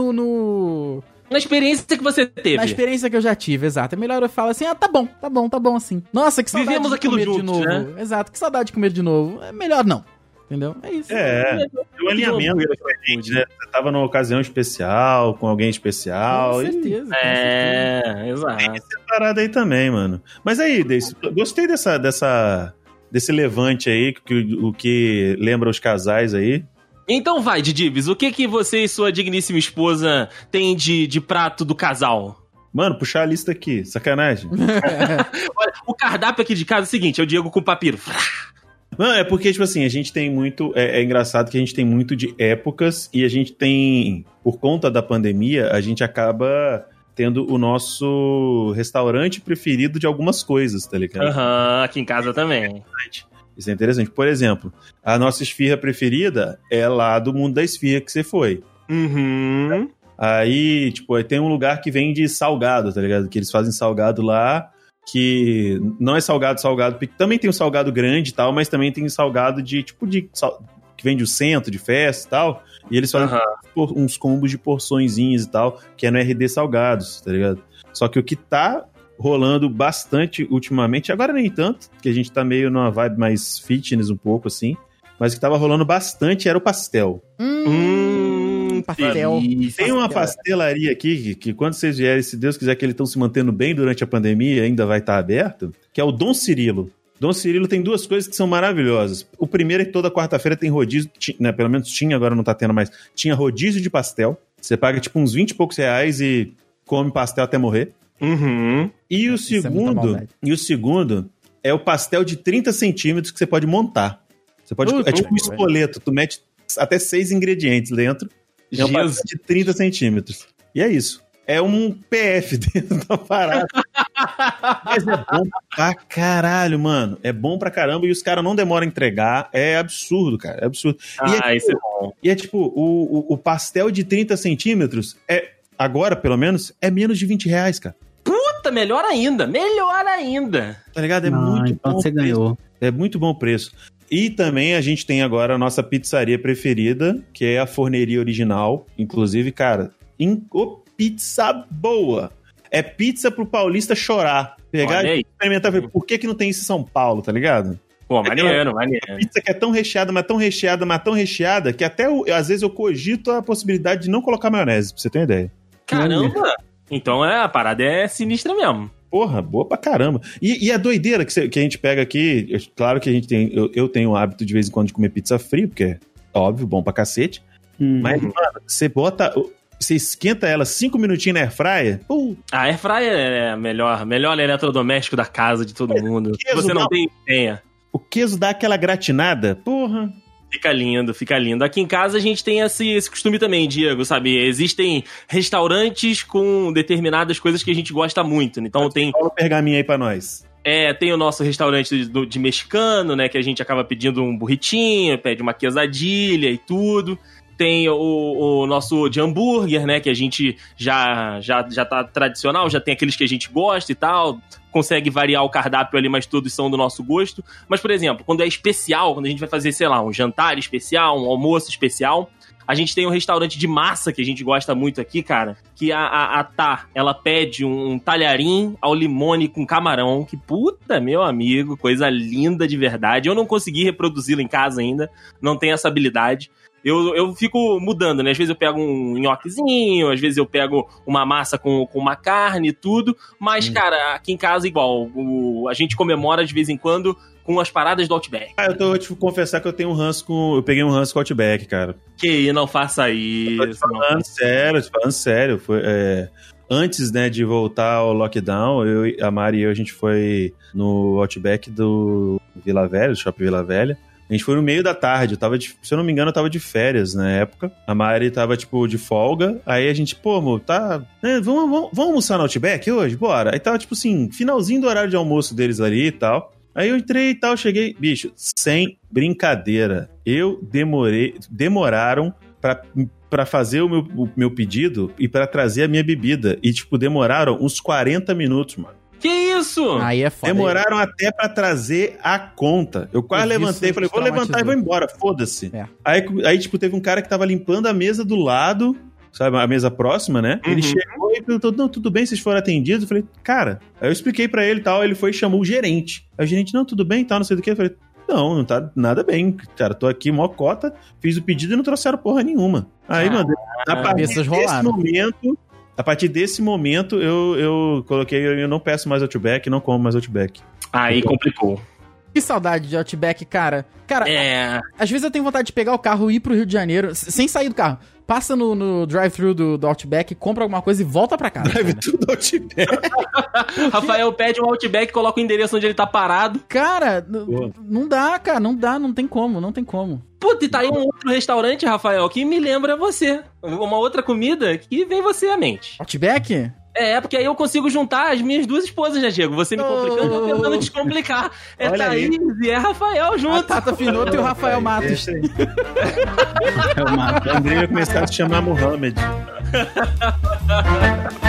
Speaker 3: na experiência que você teve.
Speaker 2: Na experiência que eu já tive, exato. É melhor eu falar assim, tá bom assim. Nossa, que saudade
Speaker 3: Vivemos
Speaker 2: de
Speaker 3: aquilo
Speaker 2: comer
Speaker 3: juntos,
Speaker 2: de novo.
Speaker 3: Né?
Speaker 2: Exato, que saudade de comer de novo. É melhor não. Entendeu? É isso.
Speaker 4: O alinhamento pra gente, né? Você tava numa ocasião especial, com alguém especial.
Speaker 2: Com certeza.
Speaker 3: Exato.
Speaker 4: Tem essa parada aí também, mano. Mas aí, Deise, gostei desse levante aí, o que lembra os casais aí.
Speaker 3: Então vai, Didibs, o que você e sua digníssima esposa têm de prato do casal?
Speaker 4: Mano, puxar a lista aqui, sacanagem.
Speaker 3: Olha, o cardápio aqui de casa é o seguinte, é o Diego com papiro.
Speaker 4: Não, é porque, tipo assim, a gente tem muito... É engraçado que a gente tem muito de épocas e a gente tem... Por conta da pandemia, a gente acaba tendo o nosso restaurante preferido de algumas coisas, tá ligado?
Speaker 3: Aqui em casa também.
Speaker 4: Isso é interessante. Por exemplo, a nossa esfirra preferida é lá do Mundo da Esfirra que você foi. Aí, tipo, tem um lugar que vende salgado, tá ligado? Que eles fazem salgado lá, que não é salgado, porque também tem um salgado grande e tal, mas também tem salgado de, tipo, que vende o centro de festa e tal, e eles fazem uns combos de porçõezinhas e tal, que é no RD Salgados, tá ligado? Só que o que tá rolando bastante ultimamente, agora nem tanto, porque a gente tá meio numa vibe mais fitness um pouco, assim, mas o que tava rolando bastante era o pastel.
Speaker 2: Pastel.
Speaker 4: Tem uma pastelaria aqui que quando vocês vierem, se Deus quiser que eles estão se mantendo bem durante a pandemia, ainda vai estar aberto, que é o Dom Cirilo. Dom Cirilo tem 2 coisas que são maravilhosas. O primeiro é que toda quarta-feira tem rodízio, né, pelo menos tinha, agora não tá tendo mais, tinha rodízio de pastel. Você paga tipo uns 20 e poucos reais e come pastel até morrer. E o segundo é o pastel de 30 centímetros que você pode montar. Você pode, é tipo um espoleto, tu mete até 6 ingredientes dentro. É um pastel de 30 centímetros. E é isso. é um PF dentro da parada. Mas é bom pra caralho, mano. É bom pra caramba e os caras não demoram a entregar. É absurdo, cara. É absurdo.
Speaker 3: Isso é bom.
Speaker 4: E é tipo, o pastel de 30 centímetros, agora, pelo menos, é menos de R$20, cara.
Speaker 3: Puta, melhor ainda. Melhor ainda.
Speaker 4: Tá ligado? É muito
Speaker 5: então
Speaker 4: bom.
Speaker 5: Você ganhou.
Speaker 4: É muito bom o preço. E também a gente tem agora a nossa pizzaria preferida, que é a Forneria Original. Inclusive, cara, pizza boa. É pizza pro paulista chorar. Pegar e experimentar. Por que não tem isso em São Paulo, tá ligado?
Speaker 3: Pô, maneiro.
Speaker 4: Pizza que é tão recheada, mas tão recheada, que até às vezes eu cogito a possibilidade de não colocar maionese, pra você ter uma ideia.
Speaker 3: Caramba! Então a parada é sinistra mesmo.
Speaker 4: Porra, boa pra caramba. E a doideira que a gente pega aqui, claro que a gente tem, eu tenho o hábito de vez em quando de comer pizza fria, porque é óbvio, bom pra cacete. Mas, mano, você esquenta ela 5 minutinhos na airfryer.
Speaker 3: A airfryer é melhor eletrodoméstico da casa de todo mundo. Se você não tem, tenha.
Speaker 4: O queijo dá aquela gratinada, porra.
Speaker 3: Fica lindo. Aqui em casa a gente tem esse costume também, Diego, sabe? Existem restaurantes com determinadas coisas que a gente gosta muito. Então tem...
Speaker 4: Fala o pergaminho aí pra nós.
Speaker 3: Tem o nosso restaurante de mexicano, né? Que a gente acaba pedindo um burritinho, pede uma quesadilha e tudo. Tem o nosso de hambúrguer, né? Que a gente já tá tradicional, já tem aqueles que a gente gosta e tal. Consegue variar o cardápio ali, mas todos são do nosso gosto. Mas, por exemplo, quando é especial, quando a gente vai fazer, sei lá, um jantar especial, um almoço especial, a gente tem um restaurante de massa que a gente gosta muito aqui, cara, que a Tá, ela pede um talharim ao limone com camarão, que puta, meu amigo, coisa linda de verdade. Eu não consegui reproduzi-lo em casa ainda, não tenho essa habilidade. Eu fico mudando, né? Às vezes eu pego um nhoquezinho, às vezes eu pego uma massa com uma carne e tudo. Mas, cara, aqui em casa igual. A gente comemora de vez em quando com as paradas do Outback.
Speaker 4: Eu vou te confessar que eu tenho um ranço eu peguei um ranço com o Outback, cara.
Speaker 3: Que não faça isso.
Speaker 4: Eu tô te falando sério. Foi, antes, né, de voltar ao lockdown, a Mari e eu, a gente foi no Outback do Vila Velha, do Shopping Vila Velha. A gente foi no meio da tarde, se eu não me engano, eu tava de férias na época. A Mari tava, tipo, de folga. Aí a gente, pô, amor, vamos almoçar no Outback hoje? Bora. Aí tava, tipo assim, finalzinho do horário de almoço deles ali e tal. Aí eu entrei e tal, cheguei, bicho, sem brincadeira. Demoraram pra fazer o meu pedido e pra trazer a minha bebida. E, tipo, demoraram uns 40 minutos, mano.
Speaker 3: Que isso?
Speaker 2: Aí é foda.
Speaker 4: Demoraram até pra trazer a conta. Eu quase levantei, falei, vou levantar e vou embora, foda-se. Aí, tipo, teve um cara que tava limpando a mesa do lado, sabe, a mesa próxima, né? Ele chegou e perguntou, não, tudo bem, vocês foram atendidos? Eu falei, cara, aí eu expliquei pra ele e tal, ele foi e chamou o gerente. Aí o gerente, não, tudo bem e tal, não sei do que. Eu falei, não tá nada bem, cara, tô aqui, mó cota, fiz o pedido e não trouxeram porra nenhuma. Aí, mano, a partir desse momento, eu coloquei, eu não peço mais Outback, não como mais Outback.
Speaker 3: Aí complicou.
Speaker 2: Que saudade de Outback, cara. Cara, às vezes eu tenho vontade de pegar o carro e ir pro Rio de Janeiro, sem sair do carro. Passa no drive-thru do Outback, compra alguma coisa e volta pra casa.
Speaker 4: Drive-thru do Outback.
Speaker 3: Rafael pede um Outback, coloca o endereço onde ele tá parado.
Speaker 2: Cara, não dá, cara, não tem como.
Speaker 3: Puta, e tá aí um outro restaurante, Rafael, que me lembra você. Uma outra comida que vem você à mente.
Speaker 2: Outback?
Speaker 3: Porque aí eu consigo juntar as minhas duas esposas, já Diego. Você me complicando, eu tentando descomplicar. É Thaís e é Rafael junto.
Speaker 2: A Tata Finoto e o Rafael Matos.
Speaker 4: O André vai começar a se chamar Mohamed.